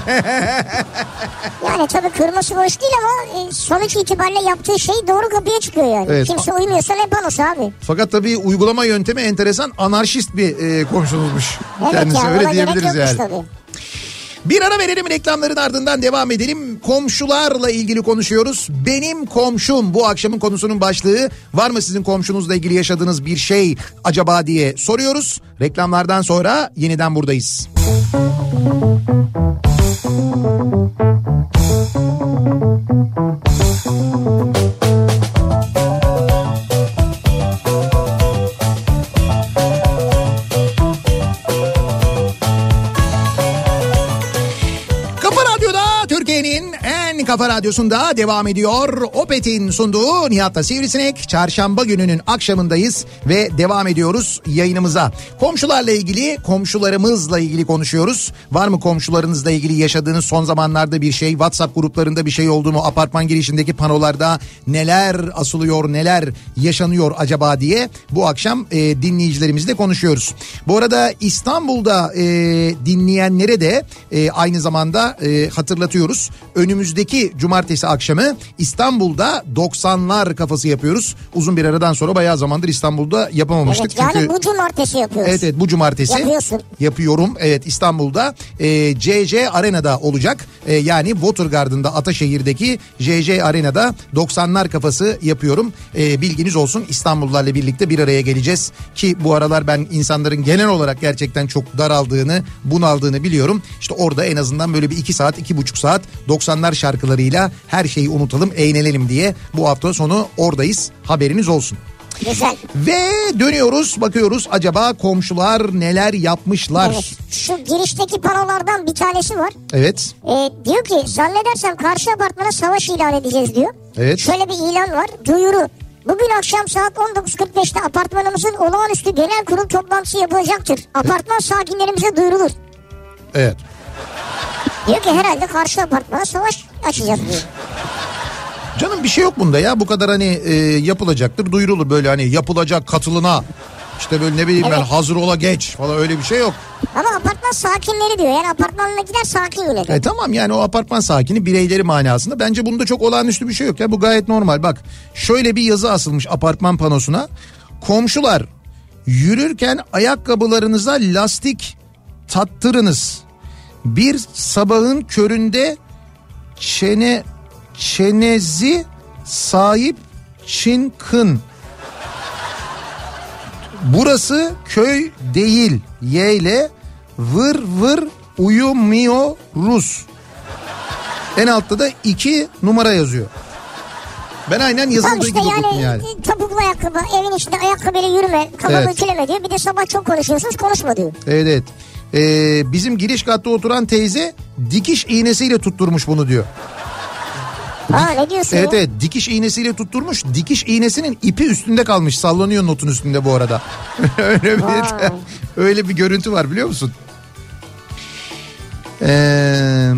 Yani tabii kırması hoş değil ama sonuç itibariyle yaptığı şey doğru kapıya çıkıyor yani. Evet. Kimse uymuyorsa ne panosu abi. Fakat tabii uygulama yöntemi enteresan, anarşist bir e, komşunuzmuş. Evet, kendisi ya, öyle diyebiliriz yani. Tabii. Bir ara verelim, reklamların ardından devam edelim. Komşularla ilgili konuşuyoruz. Benim komşum bu akşamın konusunun başlığı. Var mı sizin komşunuzla ilgili yaşadığınız bir şey acaba diye soruyoruz. Reklamlardan sonra yeniden buradayız. Radyo'da, Türkiye'nin en kafa radyosunda devam ediyor. Opet'in sunduğu Nihat'la Sivrisinek. Çarşamba gününün akşamındayız ve devam ediyoruz yayınımıza. Komşularla ilgili, komşularımızla ilgili konuşuyoruz. Var mı komşularınızla ilgili yaşadığınız son zamanlarda bir şey? WhatsApp gruplarında bir şey oldu mu? Apartman girişindeki panolarda neler asılıyor, neler yaşanıyor acaba diye bu akşam e, dinleyicilerimizle konuşuyoruz. Bu arada İstanbul'da e, dinleyenlere de e, aynı zamanda e, hatırlatıyoruz. Önümüzdeki cumartesi akşamı İstanbul'da doksanlar kafası yapıyoruz. Uzun bir aradan sonra bayağı zamandır İstanbul'da yapamamıştık. Evet, yani çünkü bu cumartesi yapıyoruz. Evet, evet bu cumartesi yapıyorsun. Yapıyorum. Evet, İstanbul'da e, C C Arena'da olacak. E, yani Watergarden'da, Ataşehir'deki C C Arena'da doksanlar kafası yapıyorum. E, bilginiz olsun, İstanbullularla birlikte bir araya geleceğiz. Ki bu aralar ben insanların genel olarak gerçekten çok daraldığını, bunaldığını biliyorum. İşte orada en azından böyle bir iki saat, iki buçuk saat doksanlar şarkılarıyla her şeyi unutalım, eğlenelim diye bu hafta sonu oradayız. Haberiniz olsun. Güzel. Ve dönüyoruz, bakıyoruz acaba komşular neler yapmışlar. Evet. Şu girişteki panolardan bir tanesi var. Evet. Ee, diyor ki zannedersem karşı apartmana savaş ilan edeceğiz diyor. Evet. Şöyle bir ilan var. Duyuru. Bugün akşam saat on dokuz kırk beşte apartmanımızın olağanüstü genel kurul toplantısı yapılacaktır. Apartman sakinlerimize duyurulur. Evet. Diyor ki herhalde karşı apartmana savaş açacağız diyor. Canım bir şey yok bunda ya, bu kadar hani e, yapılacaktır, duyurulur, böyle hani yapılacak katılına işte böyle ne bileyim evet. ben hazır ola geç falan, öyle bir şey yok. Ama apartman sakinleri diyor, yani apartmandakiler sakin yine diyor. E tamam, yani o apartman sakini bireyleri manasında, bence bunda çok olağanüstü bir şey yok ya, bu gayet normal. Bak şöyle bir yazı asılmış apartman panosuna: komşular yürürken ayakkabılarınıza lastik tattırınız, bir sabahın köründe çene çenezi sahip çıkın. Burası köy değil. Y ile vır vır uyumuyoruz. En altta da iki numara yazıyor. Ben aynen yazıldığı gibi yani, okudum yani. Topuklu ayakkabı, evin içinde ayakkabıyla yürüme, kafanı evet. ütüleme diyor. Bir de sabah çok konuşuyorsunuz, konuşma diyor. Evet evet. Ee, bizim giriş katta oturan teyze dikiş iğnesiyle tutturmuş bunu diyor. Aa, ne diyorsun Evet ya? evet, dikiş iğnesiyle tutturmuş. Dikiş iğnesinin ipi üstünde kalmış, sallanıyor notun üstünde bu arada. öyle bir öyle bir görüntü var, biliyor musun? Ee,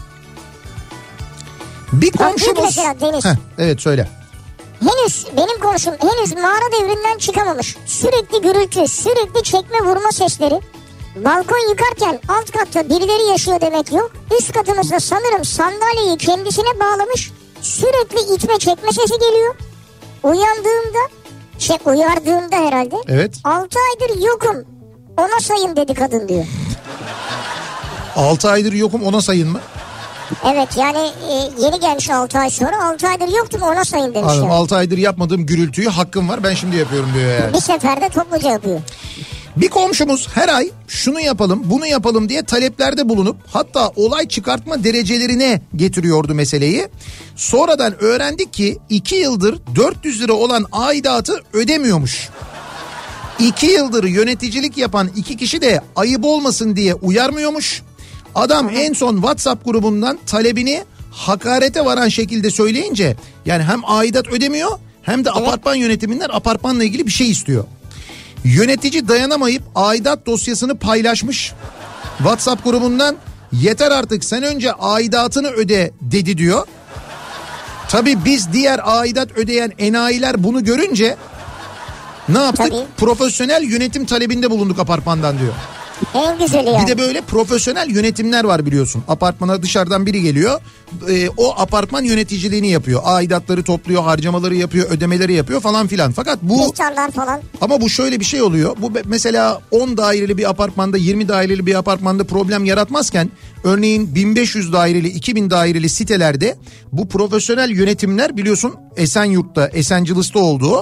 bir komşumuz. Mesela Deniz. Heh, evet söyle. Henüz benim komşum henüz mağara devrinden çıkamamış. Sürekli gürültü, sürekli çekme vurma sesleri. Balkon yıkarken alt katta birileri yaşıyor demek yok. Üst katımızda sanırım sandalyeyi kendisine bağlamış. Sürekli itme çekme sesi geliyor. Uyandığımda, şey uyardığımda herhalde. Evet. altı aydır yokum, ona sayın dedi kadın diyor. altı aydır yokum, ona sayın mı? Evet yani e, yeni gelmiş altı ay sonra, altı aydır yoktum ona sayın demiş. Anladım, yani. altı aydır yapmadığım gürültüyü hakkım var, ben şimdi yapıyorum diyor yani. Bir seferde topluca yapıyor. Bir komşumuz her ay şunu yapalım, bunu yapalım diye taleplerde bulunup hatta olay çıkartma derecelerine getiriyordu meseleyi. Sonradan öğrendik ki iki yıldır dört yüz lira olan aidatı ödemiyormuş. iki yıldır yöneticilik yapan iki kişi de ayıp olmasın diye uyarmıyormuş. Adam en son WhatsApp grubundan talebini hakarete varan şekilde söyleyince, yani hem aidat ödemiyor hem de evet. apartman yönetiminden apartmanla ilgili bir şey istiyor. Yönetici dayanamayıp aidat dosyasını paylaşmış WhatsApp grubundan. Yeter artık, sen önce aidatını öde dedi diyor. Tabii biz diğer aidat ödeyen enayiler bunu görünce ne yaptık? Tabii. Profesyonel yönetim talebinde bulunduk apartmandan diyor. En güzeli yani. Bir de böyle profesyonel yönetimler var biliyorsun. Apartmana dışarıdan biri geliyor. E, o apartman yöneticiliğini yapıyor. Aidatları topluyor, harcamaları yapıyor, ödemeleri yapıyor falan filan. Fakat bu... İhtarlar falan. Ama bu şöyle bir şey oluyor. Bu mesela on daireli bir apartmanda, yirmi daireli bir apartmanda problem yaratmazken, örneğin bin beş yüz daireli, iki bin daireli sitelerde bu profesyonel yönetimler biliyorsun Esenyurt'ta, Esencilis'te olduğu,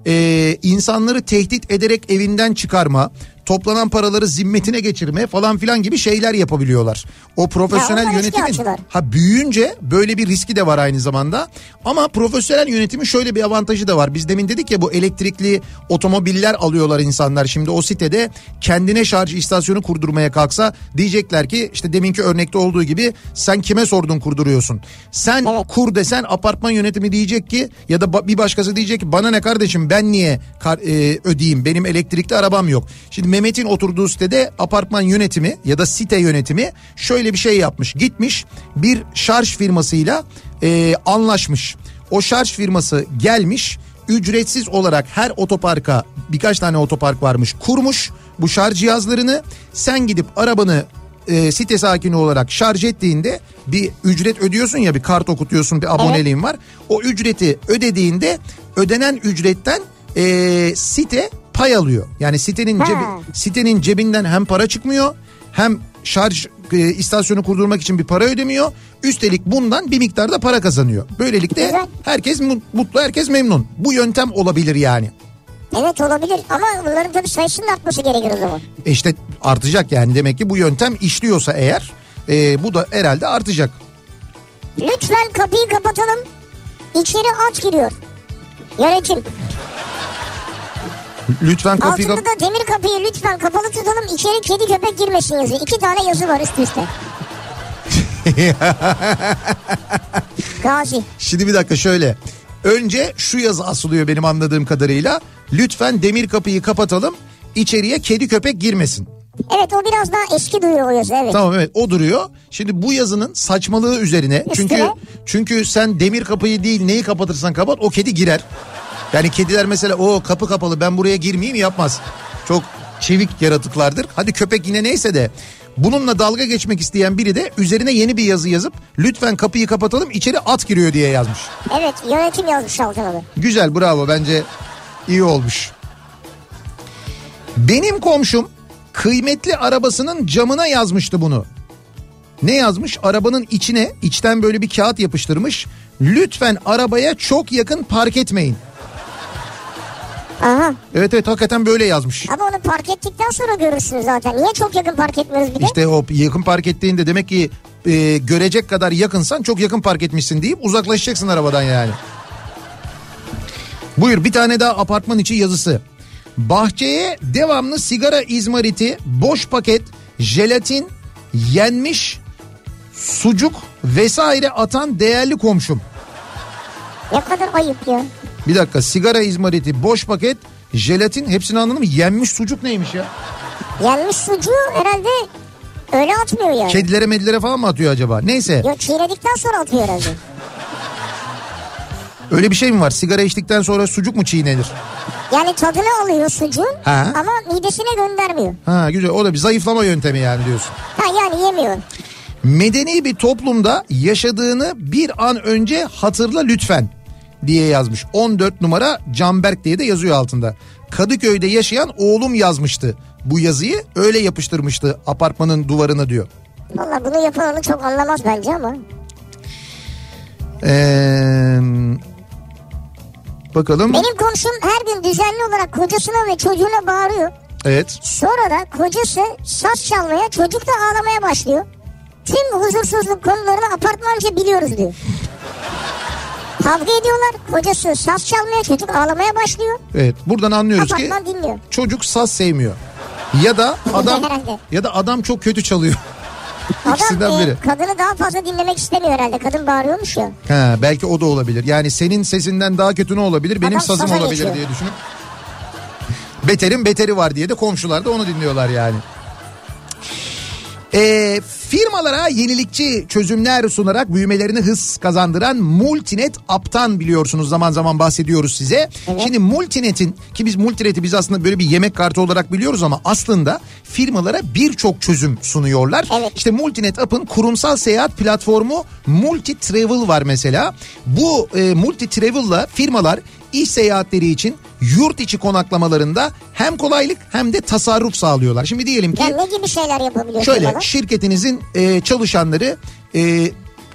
e, insanları tehdit ederek evinden çıkarma, toplanan paraları zimmetine geçirme falan filan gibi şeyler yapabiliyorlar. O profesyonel Ya, yönetimin ha büyüyünce böyle bir riski de var aynı zamanda. Ama profesyonel yönetimin şöyle bir avantajı da var. Biz demin dedik ya, bu elektrikli otomobiller alıyorlar insanlar. Şimdi o sitede kendine şarj istasyonu kurdurmaya kalksa diyecekler ki işte deminki örnekte olduğu gibi sen kime sordun kurduruyorsun. Sen evet. kur desen apartman yönetimi diyecek ki ya da bir başkası diyecek ki bana ne kardeşim, ben niye kar, e, ödeyeyim, benim elektrikli arabam yok. Şimdi Mehmet'in oturduğu sitede apartman yönetimi ya da site yönetimi şöyle bir şey yapmış. Gitmiş bir şarj firmasıyla e, anlaşmış. O şarj firması gelmiş, ücretsiz olarak her otoparka, birkaç tane otopark varmış, kurmuş bu şarj cihazlarını. Sen gidip arabanı e, site sakini olarak şarj ettiğinde bir ücret ödüyorsun ya, bir kart okutuyorsun, bir aboneliğin evet. var. O ücreti ödediğinde ödenen ücretten e, site pay alıyor. Yani sitenin cebi, sitenin cebinden hem para çıkmıyor, hem şarj e, istasyonu kurdurmak için bir para ödemiyor. Üstelik bundan bir miktarda para kazanıyor. Böylelikle güzel. Herkes mutlu, herkes memnun. Bu yöntem olabilir yani. Evet, olabilir ama bunların tabii sayısının artması gerekir o zaman. E işte artacak yani, demek ki bu yöntem işliyorsa eğer e, bu da herhalde artacak. Lütfen kapıyı kapatalım. İçeri at giriyor. Yönetim. Lütfen kapıyı Altında da demir kapıyı lütfen kapalı tutalım, içeri kedi köpek girmesin yazıyor. İki tane yazı var üst üste. Gazi. Şimdi bir dakika, şöyle. Önce şu yazı asılıyor benim anladığım kadarıyla. Lütfen demir kapıyı kapatalım, içeriye kedi köpek girmesin. Evet, o biraz daha eski duruyor o yazı, evet. Tamam, evet, o duruyor. Şimdi bu yazının saçmalığı üzerine. Üstüne. Çünkü çünkü sen demir kapıyı değil neyi kapatırsan kapat o kedi girer. Yani kediler mesela o kapı kapalı ben buraya girmeyeyim yapmaz. Çok çevik yaratıklardır. Hadi köpek yine neyse de. Bununla dalga geçmek isteyen biri de üzerine yeni bir yazı yazıp lütfen kapıyı kapatalım içeri at giriyor diye yazmış. Evet, yönetim yazmış altına. Güzel, bravo, bence iyi olmuş. Benim komşum kıymetli arabasının camına yazmıştı bunu. Ne yazmış? Arabanın içine içten böyle bir kağıt yapıştırmış. Lütfen arabaya çok yakın park etmeyin. Aha. Evet evet, hakikaten böyle yazmış. Ama onu park ettikten sonra görürsünüz zaten. Niye çok yakın park etmiyoruz bir de? İşte o yakın park ettiğinde demek ki e, görecek kadar yakınsan çok yakın park etmişsin deyip uzaklaşacaksın arabadan yani. Buyur, bir tane daha apartman içi yazısı. Bahçeye devamlı sigara izmariti, boş paket, jelatin, yenmiş sucuk vesaire atan değerli komşum. Ne kadar ayıp ya. Bir dakika, sigara izmariti, boş paket, jelatin, hepsini anladın mı? Yenmiş sucuk neymiş ya? Yenmiş sucuğu herhalde öyle atmıyor yani. Kedilere medilere falan mı atıyor acaba? Neyse. Yok, çiğnedikten sonra atıyor herhalde. Öyle bir şey mi var? Sigara içtikten sonra sucuk mu çiğnenir? Yani tadını alıyor sucuğun ha. ama midesine göndermiyor. Ha, güzel, o da bir zayıflama yöntemi yani diyorsun. Ha, yani yemiyor. Medeni bir toplumda yaşadığını bir an önce hatırla lütfen diye yazmış. on dört numara Canberk diye de yazıyor altında. Kadıköy'de yaşayan oğlum yazmıştı bu yazıyı, öyle yapıştırmıştı apartmanın duvarına diyor. Valla bunu yapan onu çok anlamaz bence ama. Eee... Bakalım. Benim komşum her gün düzenli olarak kocasına ve çocuğuna bağırıyor. Evet. Sonra da kocası saz çalmaya, çocuk da ağlamaya başlıyor. Tüm huzursuzluk konularını apartmanca biliyoruz diyor. Kavga ediyorlar, kocası saz çalmaya, çocuk ağlamaya başlıyor. Evet, buradan anlıyoruz apartman ki dinliyor. Çocuk saz sevmiyor. Ya da adam ya da adam çok kötü çalıyor. Adam e, kadını daha fazla dinlemek istemiyor herhalde. Kadın bağırıyormuş ya. Ha, belki o da olabilir. Yani senin sesinden daha kötü ne olabilir? Benim adam sazım olabilir geçiyor diye düşünüp. Beterin beteri var diye de komşular da onu dinliyorlar yani. E, firmalara yenilikçi çözümler sunarak büyümelerini hız kazandıran Multinet App'tan biliyorsunuz zaman zaman bahsediyoruz size. Evet. Şimdi Multinet'in, ki biz Multinet'i biz aslında böyle bir yemek kartı olarak biliyoruz ama aslında firmalara birçok çözüm sunuyorlar. Evet. İşte Multinet App'ın kurumsal seyahat platformu Multi Travel var mesela. Bu e, Multi Travel'la firmalar iş seyahatleri için yurt içi konaklamalarında hem kolaylık hem de tasarruf sağlıyorlar. Şimdi diyelim ki... Ya ne gibi şeyler yapabiliyor? Şöyle firmalar? Şirketinizin e, çalışanları e,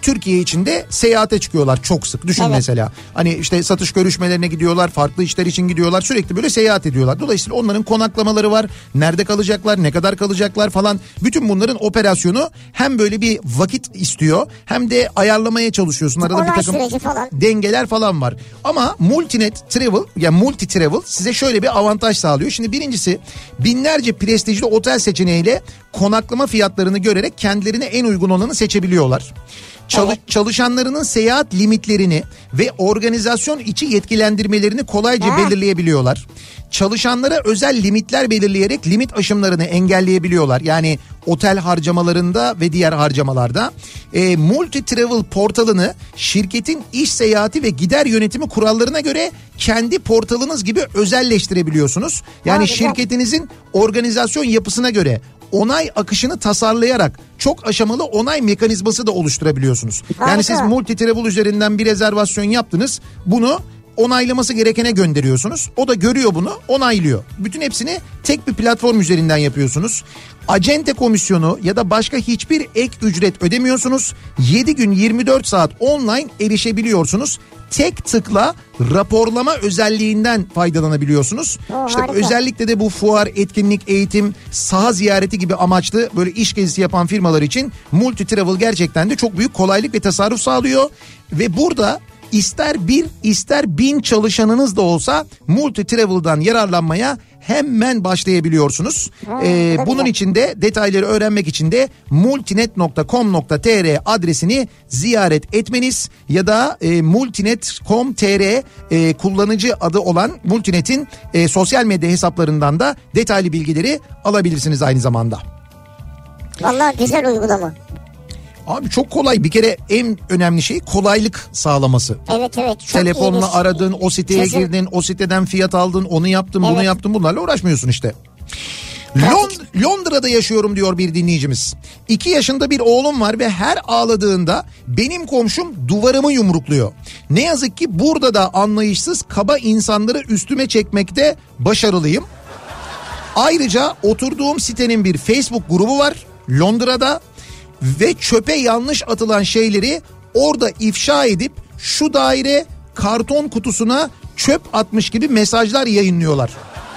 Türkiye içinde seyahate çıkıyorlar çok sık. Düşün evet. mesela. Hani işte satış görüşmelerine gidiyorlar, farklı işler için gidiyorlar. Sürekli böyle seyahat ediyorlar. Dolayısıyla onların konaklamaları var. Nerede kalacaklar, ne kadar kalacaklar falan. Bütün bunların operasyonu hem böyle bir vakit istiyor hem de ayarlamaya çalışıyorsun. Arada Olay bir takım falan. dengeler falan var. Ama Multinet Travel, yani Multi Travel size şöyle bir avantaj sağlıyor. Şimdi birincisi binlerce prestijli otel seçeneğiyle konaklama fiyatlarını görerek kendilerine en uygun olanı seçebiliyorlar. Çalış, evet. Çalışanlarının seyahat limitlerini ve organizasyon içi yetkilendirmelerini kolayca ha. belirleyebiliyorlar. Çalışanlara özel limitler belirleyerek limit aşımlarını engelleyebiliyorlar. Yani otel harcamalarında ve diğer harcamalarda. E, Multi Travel portalını şirketin iş seyahati ve gider yönetimi kurallarına göre kendi portalınız gibi özelleştirebiliyorsunuz. Yani ha, şirketinizin organizasyon yapısına göre onay akışını tasarlayarak çok aşamalı onay mekanizması da oluşturabiliyorsunuz. Yani Harika. Siz Multi Travel üzerinden bir rezervasyon yaptınız. Bunu onaylaması gerekene gönderiyorsunuz. O da görüyor bunu, onaylıyor. Bütün hepsini tek bir platform üzerinden yapıyorsunuz. Acente komisyonu ya da başka hiçbir ek ücret ödemiyorsunuz. yedi gün yirmi dört saat online erişebiliyorsunuz. Tek tıkla raporlama özelliğinden faydalanabiliyorsunuz. Oo, işte harika. Özellikle de bu fuar, etkinlik, eğitim, saha ziyareti gibi amaçlı böyle iş gezisi yapan firmalar için Multi Travel gerçekten de çok büyük kolaylık ve tasarruf sağlıyor. Ve burada İster bir ister bin çalışanınız da olsa Multi Travel'dan yararlanmaya hemen başlayabiliyorsunuz. Ha, ee, bunun için de detayları öğrenmek için de multinet nokta com nokta tr adresini ziyaret etmeniz ya da e, multinet nokta com nokta tr e, kullanıcı adı olan Multinet'in e, sosyal medya hesaplarından da detaylı bilgileri alabilirsiniz aynı zamanda. Vallahi güzel uygulama. Abi çok kolay, bir kere en önemli şey kolaylık sağlaması. Evet evet. Çok Telefonla aradın, o siteye Kesin. girdin, o siteden fiyat aldın, onu yaptın, evet. bunu yaptın, bunlarla uğraşmıyorsun işte. Lond- Londra'da yaşıyorum diyor bir dinleyicimiz. İki yaşında bir oğlum var ve her ağladığında benim komşum duvarımı yumrukluyor. Ne yazık ki burada da anlayışsız kaba insanları üstüme çekmekte başarılıyım. Ayrıca oturduğum sitenin bir Facebook grubu var Londra'da. Ve çöpe yanlış atılan şeyleri orada ifşa edip şu daire karton kutusuna çöp atmış gibi mesajlar yayınlıyorlar.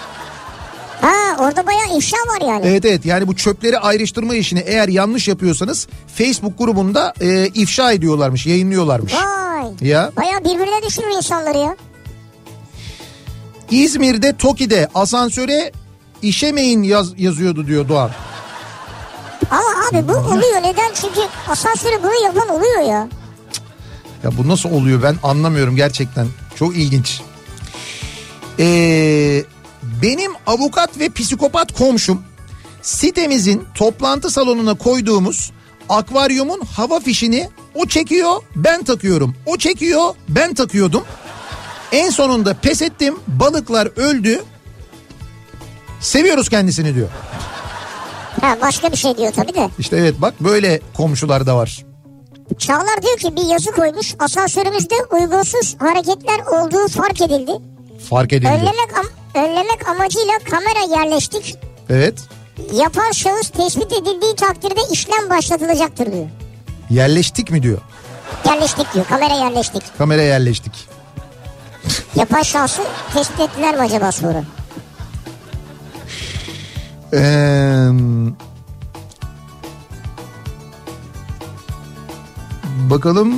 Ha, orada bayağı ifşa var yani. Evet evet, yani bu çöpleri ayrıştırma işini eğer yanlış yapıyorsanız Facebook grubunda e, ifşa ediyorlarmış, yayınlıyorlarmış. Vay. Ya. Bayağı birbirine düşürüyor insanları ya. İzmir'de Toki'de asansöre işemeyin yaz, yazıyordu diyor Doğan. Ama abi bu oluyor, neden? Çünkü asansöre bunu yapan oluyor ya. Ya bu nasıl oluyor, ben anlamıyorum gerçekten. Çok ilginç. Ee, benim avukat ve psikopat komşum sitemizin toplantı salonuna koyduğumuz akvaryumun hava fişini o çekiyor, ben takıyorum. O çekiyor, ben takıyordum. En sonunda pes ettim, balıklar öldü. Seviyoruz kendisini diyor. Ha, başka bir şey diyor tabii de. İşte evet, bak böyle komşular da var. Çağlar diyor ki bir yazı koymuş, asansörümüzde uygunsuz hareketler olduğu fark edildi. Fark edildi. Önlemek, am- önlemek amacıyla kamera yerleştik. Evet. Yapan şahıs tespit edildiği takdirde işlem başlatılacaktır diyor. Yerleştik mi diyor? Yerleştik diyor, kamera yerleştik. Kamera yerleştik. Yapan şahsı tespit ettiler mi acaba sonra? Ee, bakalım.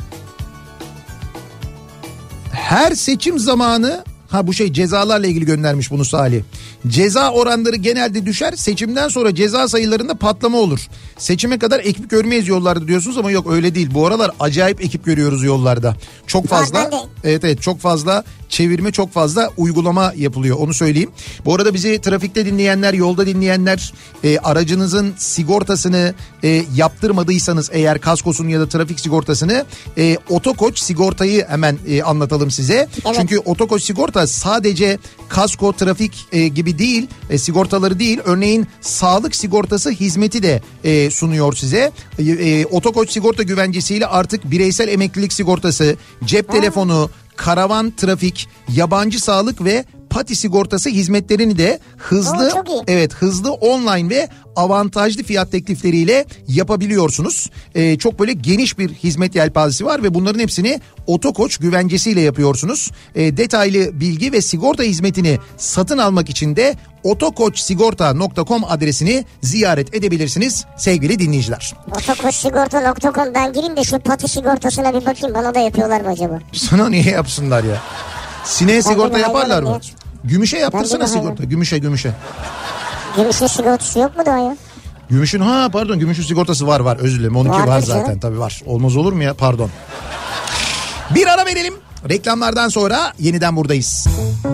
Her seçim zamanı, ha bu şey cezalarla ilgili göndermiş bunu Salih. Ceza oranları genelde düşer, seçimden sonra ceza sayılarında patlama olur. Seçime kadar ekip görmeyiz yollarda diyorsunuz ama yok, öyle değil. Bu aralar acayip ekip görüyoruz yollarda. Çok fazla, evet evet, çok fazla çevirme, çok fazla uygulama yapılıyor, onu söyleyeyim. Bu arada bizi trafikte dinleyenler, yolda dinleyenler, e, aracınızın sigortasını e, yaptırmadıysanız eğer, kaskosunu ya da trafik sigortasını, e, Otokoç sigortayı hemen e, anlatalım size. Evet. Çünkü Otokoç sigorta sadece kasko, trafik e, gibi değil, e, sigortaları değil, örneğin sağlık sigortası hizmeti de e, sunuyor size. E, e, Otokoç sigorta güvencesiyle artık bireysel emeklilik sigortası, cep telefonu, karavan, trafik, yabancı sağlık ve Pati sigortası hizmetlerini de hızlı, Oo, evet hızlı online ve avantajlı fiyat teklifleriyle yapabiliyorsunuz. Ee, çok böyle geniş bir hizmet yelpazesi var ve bunların hepsini Otokoç güvencesiyle yapıyorsunuz. Ee, detaylı bilgi ve sigorta hizmetini satın almak için de otokoçsigorta nokta com adresini ziyaret edebilirsiniz sevgili dinleyiciler. otokoçsigorta nokta com'dan girin de şu pati sigortasına bir bakayım, bana da yapıyorlar mı acaba? Sana niye yapsınlar ya? Sineğe sigorta yaparlar mı? Ya. Gümüşe yaptırsana sigorta. Gümüşe gümüşe. Gümüşün sigortası yok mu daha ya? Gümüşün ha pardon gümüşün sigortası var var özür dilerim. Onunki Vardır var canım. zaten tabii var. Olmaz olur mu ya pardon. Bir ara verelim. Reklamlardan sonra yeniden buradayız.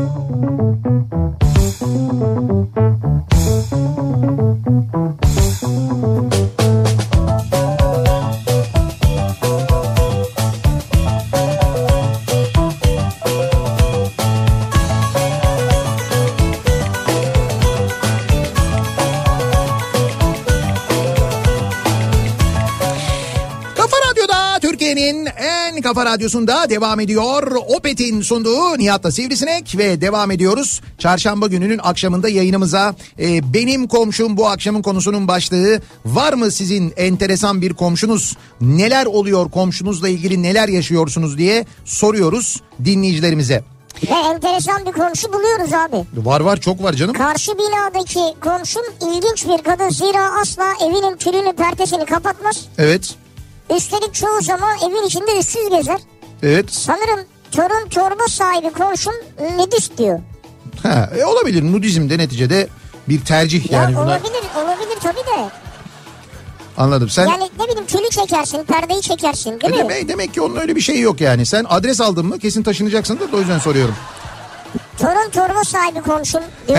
En Kafa Radyosu'nda devam ediyor. Opet'in sunduğu Nihat'la Sivrisinek ve devam ediyoruz. Çarşamba gününün akşamında yayınımıza e, benim komşum bu akşamın konusunun başlığı. Var mı sizin enteresan bir komşunuz? Neler oluyor komşunuzla ilgili, neler yaşıyorsunuz diye soruyoruz dinleyicilerimize. Ve enteresan bir komşu buluyoruz abi. Var var çok var canım. Karşı binadaki komşum ilginç bir kadın, zira asla evinin külünü pertesini kapatmaz. Evet. Üstelik çoğu zaman evin içinde üstsüz gezer. Evet. Sanırım torun torba sahibi komşum nudist diyor. Ha, e olabilir, nudizm de neticede bir tercih ya yani. Buna... Olabilir olabilir tabii de. Anladım sen. Yani ne bileyim külü çekersin, perdeyi çekersin değil e mi? Demek, demek ki onun öyle bir şeyi yok yani. Sen adres aldın mı kesin taşınacaksın da o yüzden soruyorum. Torun torba sahibi komşum diyor.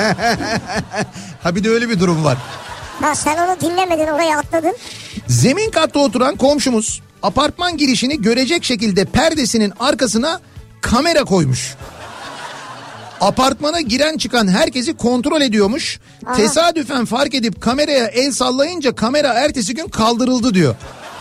Ha bir de öyle bir durum var. Ha sen onu dinlemedin, oraya atladın. Zemin katta oturan komşumuz apartman girişini görecek şekilde perdesinin arkasına kamera koymuş. Apartmana giren çıkan herkesi kontrol ediyormuş. Aha. Tesadüfen fark edip kameraya el sallayınca kamera ertesi gün kaldırıldı diyor.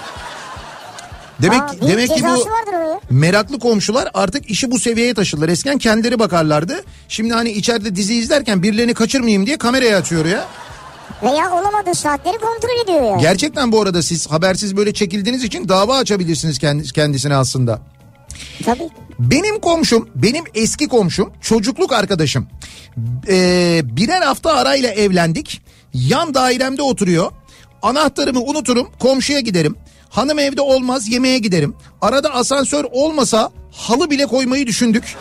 Demek Aa, demek ki bu meraklı komşular artık işi bu seviyeye taşıdılar. Eskiden kendileri bakarlardı. Şimdi hani içeride dizi izlerken birilerini kaçırmayayım diye kameraya açıyor ya. Veya olamadığı saatleri kontrol ediyor yani. Gerçekten bu arada siz habersiz böyle çekildiğiniz için dava açabilirsiniz kendisine aslında. Tabii. Benim komşum, benim eski komşum, çocukluk arkadaşım. Ee, birer hafta arayla evlendik. Yan dairemde oturuyor. Anahtarımı unuturum, komşuya giderim. Hanım evde olmaz, yemeğe giderim. Arada asansör olmasa halı bile koymayı düşündük.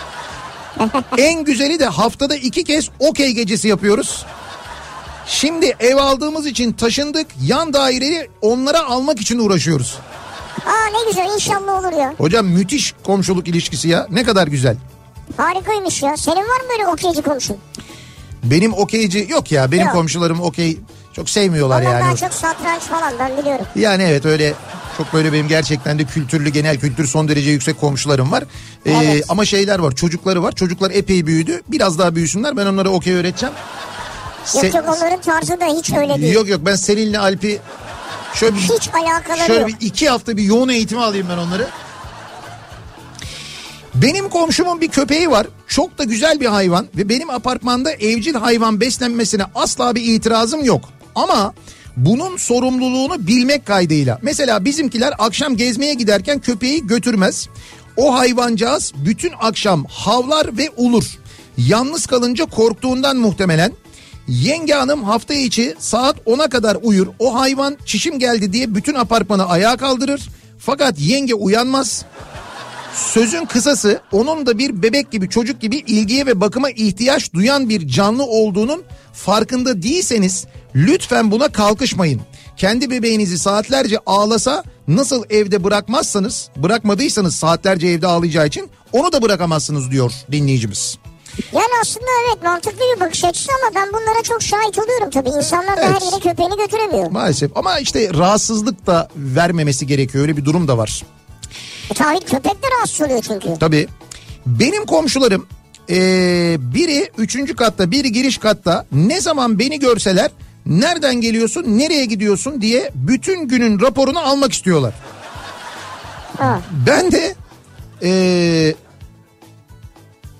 En güzeli de haftada iki kez okey gecesi yapıyoruz. Şimdi ev aldığımız için taşındık. Yan daireyi onlara almak için uğraşıyoruz. Aa ne güzel, inşallah olur ya. Hocam müthiş komşuluk ilişkisi ya. Ne kadar güzel. Harikaymış ya. Senin var mı böyle okeyci komşun? Benim okeyci yok ya. Benim yok. Komşularım okey çok sevmiyorlar onlar yani. Onlar daha çok satranç falan, ben biliyorum. Yani evet öyle çok böyle benim gerçekten de kültürlü, genel kültür son derece yüksek komşularım var. Ee, evet. Ama şeyler var, çocukları var. Çocuklar epey büyüdü. Biraz daha büyüsünler, ben onlara okey öğreteceğim. Yok yok, onların tarzı da hiç öyle değil. Yok yok, ben Selin'le Alp'i şöyle hiç alakaları şöyle yok. bir iki hafta bir yoğun eğitimi alayım ben onları. Benim komşumun bir köpeği var. Çok da güzel bir hayvan ve benim apartmanda evcil hayvan beslenmesine asla bir itirazım yok. Ama bunun sorumluluğunu bilmek kaydıyla. Mesela bizimkiler akşam gezmeye giderken köpeği götürmez. O hayvancağız bütün akşam havlar ve ulur. Yalnız kalınca korktuğundan muhtemelen. Yenge hanım hafta içi saat ona kadar uyur. O hayvan çişim geldi diye bütün apartmanı ayağa kaldırır. Fakat yenge uyanmaz. Sözün kısası, onun da bir bebek gibi, çocuk gibi ilgiye ve bakıma ihtiyaç duyan bir canlı olduğunun farkında değilseniz lütfen buna kalkışmayın. Kendi bebeğinizi saatlerce ağlasa nasıl evde bırakmazsanız, bırakmadıysanız saatlerce evde ağlayacağı için onu da bırakamazsınız diyor dinleyicimiz. Yani aslında evet, mantıklı bir bakış açısı ama ben bunlara çok şahit oluyorum tabii. İnsanlar da evet. her yere köpeğini götüremiyor. Maalesef, ama işte rahatsızlık da vermemesi gerekiyor, öyle bir durum da var. E, tabii köpek de rahatsız oluyor çünkü. Tabii. Benim komşularım ee, biri üçüncü katta, biri giriş katta, ne zaman beni görseler nereden geliyorsun, nereye gidiyorsun diye bütün günün raporunu almak istiyorlar. Ha. Ben de ee, ha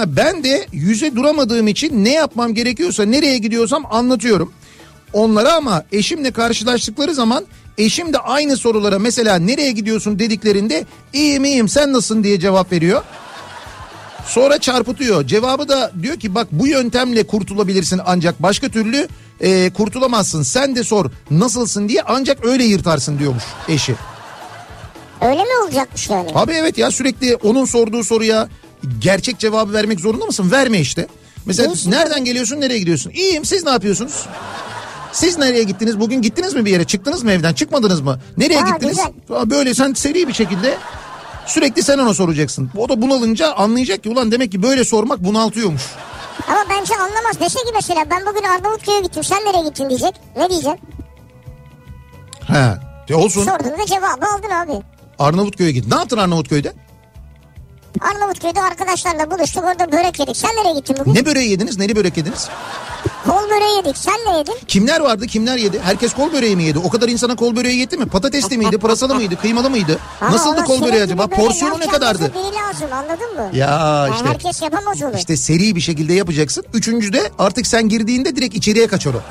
Ha, ben de yüze duramadığım için ne yapmam gerekiyorsa, nereye gidiyorsam anlatıyorum onlara, ama eşimle karşılaştıkları zaman eşim de aynı sorulara, mesela nereye gidiyorsun dediklerinde iyiyim iyiyim sen nasılsın diye cevap veriyor. Sonra çarpıtıyor. Cevabı da diyor ki bak bu yöntemle kurtulabilirsin, ancak başka türlü e, kurtulamazsın. Sen de sor nasılsın diye, ancak öyle yırtarsın diyormuş eşi. Öyle mi olacakmış yani? Abi evet ya, sürekli onun sorduğu soruya gerçek cevabı vermek zorunda mısın? Verme işte. Mesela İyisin nereden geliyorsun, nereye gidiyorsun? İyiyim, siz ne yapıyorsunuz? Siz nereye gittiniz? Bugün gittiniz mi bir yere? Çıktınız mı evden? Çıkmadınız mı? Nereye Aa, gittiniz? Güzel. Böyle sen seri bir şekilde sürekli sen ona soracaksın. O da bunalınca anlayacak ki ulan demek ki böyle sormak bunaltıyormuş. Ama bence anlamaz. Dese ki mesela ben bugün Arnavutköy'e gittim, sen nereye gittin diyecek. Ne diyeceksin? He. De olsun. Sorduğunda cevabı aldın abi. Arnavutköy'e gittin. Ne yaptın Arnavutköy'de? Arnavutköy'de arkadaşlarla buluştuk, orada börek yedik. Sen nereye gittin bugün? Ne böreği yediniz? Neli börek yediniz? Kol böreği yedik. Sen ne yedin? Kimler vardı? Kimler yedi? Herkes kol böreği mi yedi? O kadar insana kol böreği yetti mi? Patatesli miydi? Pırasalı mıydı? Kıymalı mıydı? Aha, nasıldı kol böreği acaba? Porsiyonu ne kadardı? Biri lazım, anladın mı? Ya yani işte. Herkes yapamaz onu. İşte seri bir şekilde yapacaksın. Üçüncüde artık sen girdiğinde direkt içeriye kaçar o.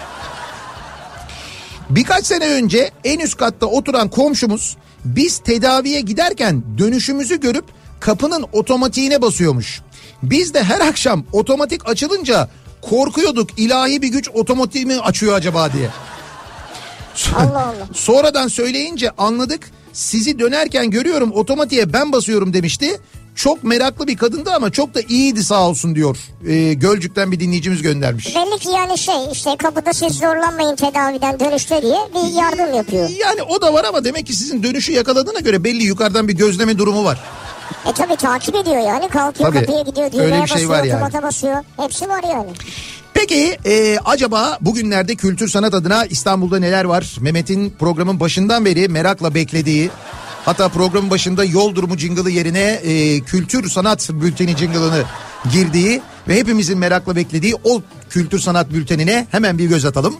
Birkaç sene önce en üst katta oturan komşumuz biz tedaviye giderken dönüşümüzü görüp kapının otomatiğine basıyormuş. Biz de her akşam otomatik açılınca korkuyorduk, ilahi bir güç otomatiği mi açıyor acaba diye. Allah Allah. Sonradan söyleyince anladık, sizi dönerken görüyorum otomatiğe ben basıyorum demişti. Çok meraklı bir kadındı ama çok da iyiydi sağ olsun diyor. Ee, Gölcük'ten bir dinleyicimiz göndermiş. Belli ki yani şey işte kapıda siz zorlanmayın tedaviden dönüşte diye bir yardım yapıyor. Yani o da var ama demek ki sizin dönüşü yakaladığına göre belli yukarıdan bir gözleme durumu var. E tabii takip ediyor yani, kalkıyor tabii, kapıya gidiyor, düğmeye basıyor, şey otomata yani. basıyor. Hepsi var yani. Peki e, acaba bugünlerde kültür sanat adına İstanbul'da neler var? Mehmet'in programın başından beri merakla beklediği, hatta programın başında yol durumu jingle'ı yerine e, kültür sanat bülteni jingle'ını girdiği ve hepimizin merakla beklediği o kültür sanat bültenine hemen bir göz atalım.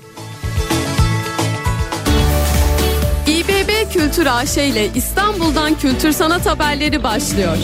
İBB Kültür A Ş ile İstanbul'dan kültür sanat haberleri başlıyor.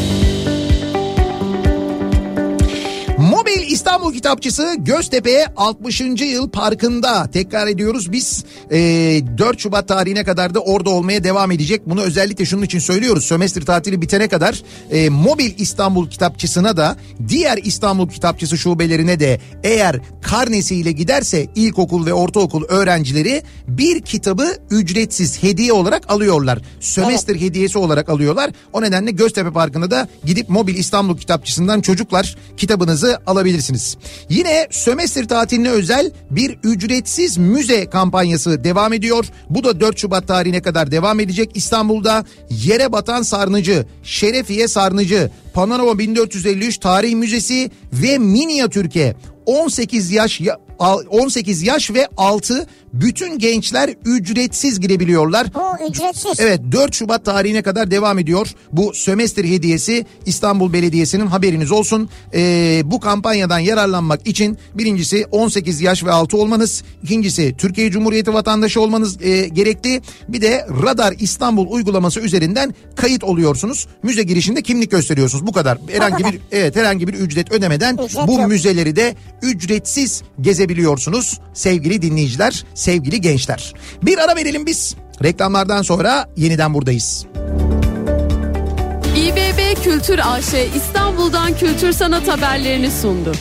Mobil İstanbul Kitapçısı Göztepe altmışıncı yıl parkında, tekrar ediyoruz biz e, dört Şubat tarihine kadar da orada olmaya devam edecek. Bunu özellikle şunun için söylüyoruz, sömestr tatili bitene kadar e, Mobil İstanbul Kitapçısı'na da diğer İstanbul Kitapçısı şubelerine de eğer karnesiyle giderse ilkokul ve ortaokul öğrencileri bir kitabı ücretsiz hediye olarak alıyorlar. Sömestr evet. hediyesi olarak alıyorlar. O nedenle Göztepe Parkı'nda da gidip Mobil İstanbul Kitapçısı'ndan çocuklar kitabınızı alabilirsiniz. Yine sömestr tatiline özel bir ücretsiz müze kampanyası devam ediyor. Bu da dört Şubat tarihine kadar devam edecek. İstanbul'da Yere Batan Sarnıcı, Şerefiye Sarnıcı, Panorama bin dört yüz elli üç Tarih Müzesi ve Minyatürk'e on sekiz yaş on sekiz yaş ve altı bütün gençler ücretsiz girebiliyorlar. O ücretsiz. Evet, dört Şubat tarihine kadar devam ediyor bu sömestr hediyesi. İstanbul Belediyesi'nin, haberiniz olsun. Ee, bu kampanyadan yararlanmak için birincisi on sekiz yaş ve altı olmanız, ikincisi Türkiye Cumhuriyeti vatandaşı olmanız e, gerekli. Bir de Radar İstanbul uygulaması üzerinden kayıt oluyorsunuz. Müze girişinde kimlik gösteriyorsunuz. Bu kadar. Herhangi bir evet herhangi bir ücret ödemeden ücret bu yok. Müzeleri de ücretsiz gezebiliyorsunuz sevgili dinleyiciler, sevgili gençler. Bir ara verelim biz. Reklamlardan sonra yeniden buradayız. İBB Kültür A Ş İstanbul'dan kültür sanat haberlerini sundu.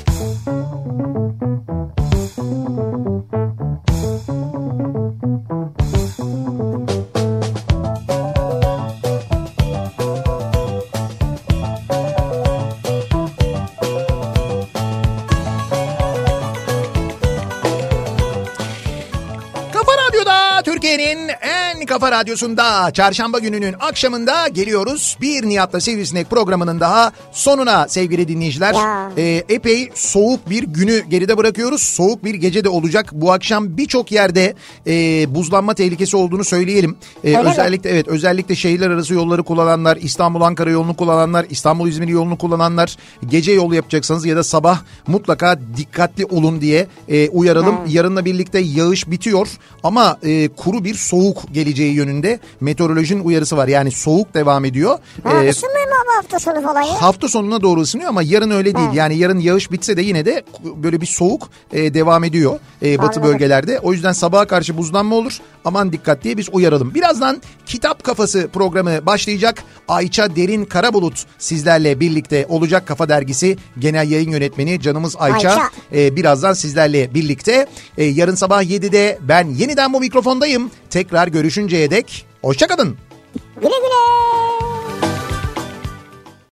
Türkiye'nin en kafa radyosunda çarşamba gününün akşamında geliyoruz. Bir Nihat'la Sivrisinek programının daha sonuna sevgili dinleyiciler. Ee, epey soğuk bir günü geride bırakıyoruz. Soğuk bir gece de olacak. Bu akşam birçok yerde e, buzlanma tehlikesi olduğunu söyleyelim. Ee, özellikle mi? evet özellikle şehirler arası yolları kullananlar, İstanbul-Ankara yolunu kullananlar, İstanbul-İzmir yolunu kullananlar, gece yol yapacaksanız ya da sabah mutlaka dikkatli olun diye e, uyaralım. Hmm. Yarınla birlikte yağış bitiyor ama e, kuru bir soğuk geleceği yönünde meteorolojinin uyarısı var. Yani soğuk devam ediyor. Ha, ee, ısınmıyor mu hafta sonu falan ya? Hafta sonuna doğru ısınıyor ama yarın öyle değil. Evet. Yani yarın yağış bitse de yine de böyle bir soğuk e, devam ediyor e, batı Anladım. bölgelerde. O yüzden sabaha karşı buzlanma olur. Aman dikkat diye biz uyaralım. Birazdan Kitap Kafası programı başlayacak. Ayça Derin Karabulut sizlerle birlikte olacak. Kafa Dergisi Genel Yayın Yönetmeni canımız Ayça. Ayça. E, birazdan sizlerle birlikte. E, yarın sabah yedide ben yeniden bu mikrofondayım. Tekrar görüşünceye dek hoşça kalın. Güle güle.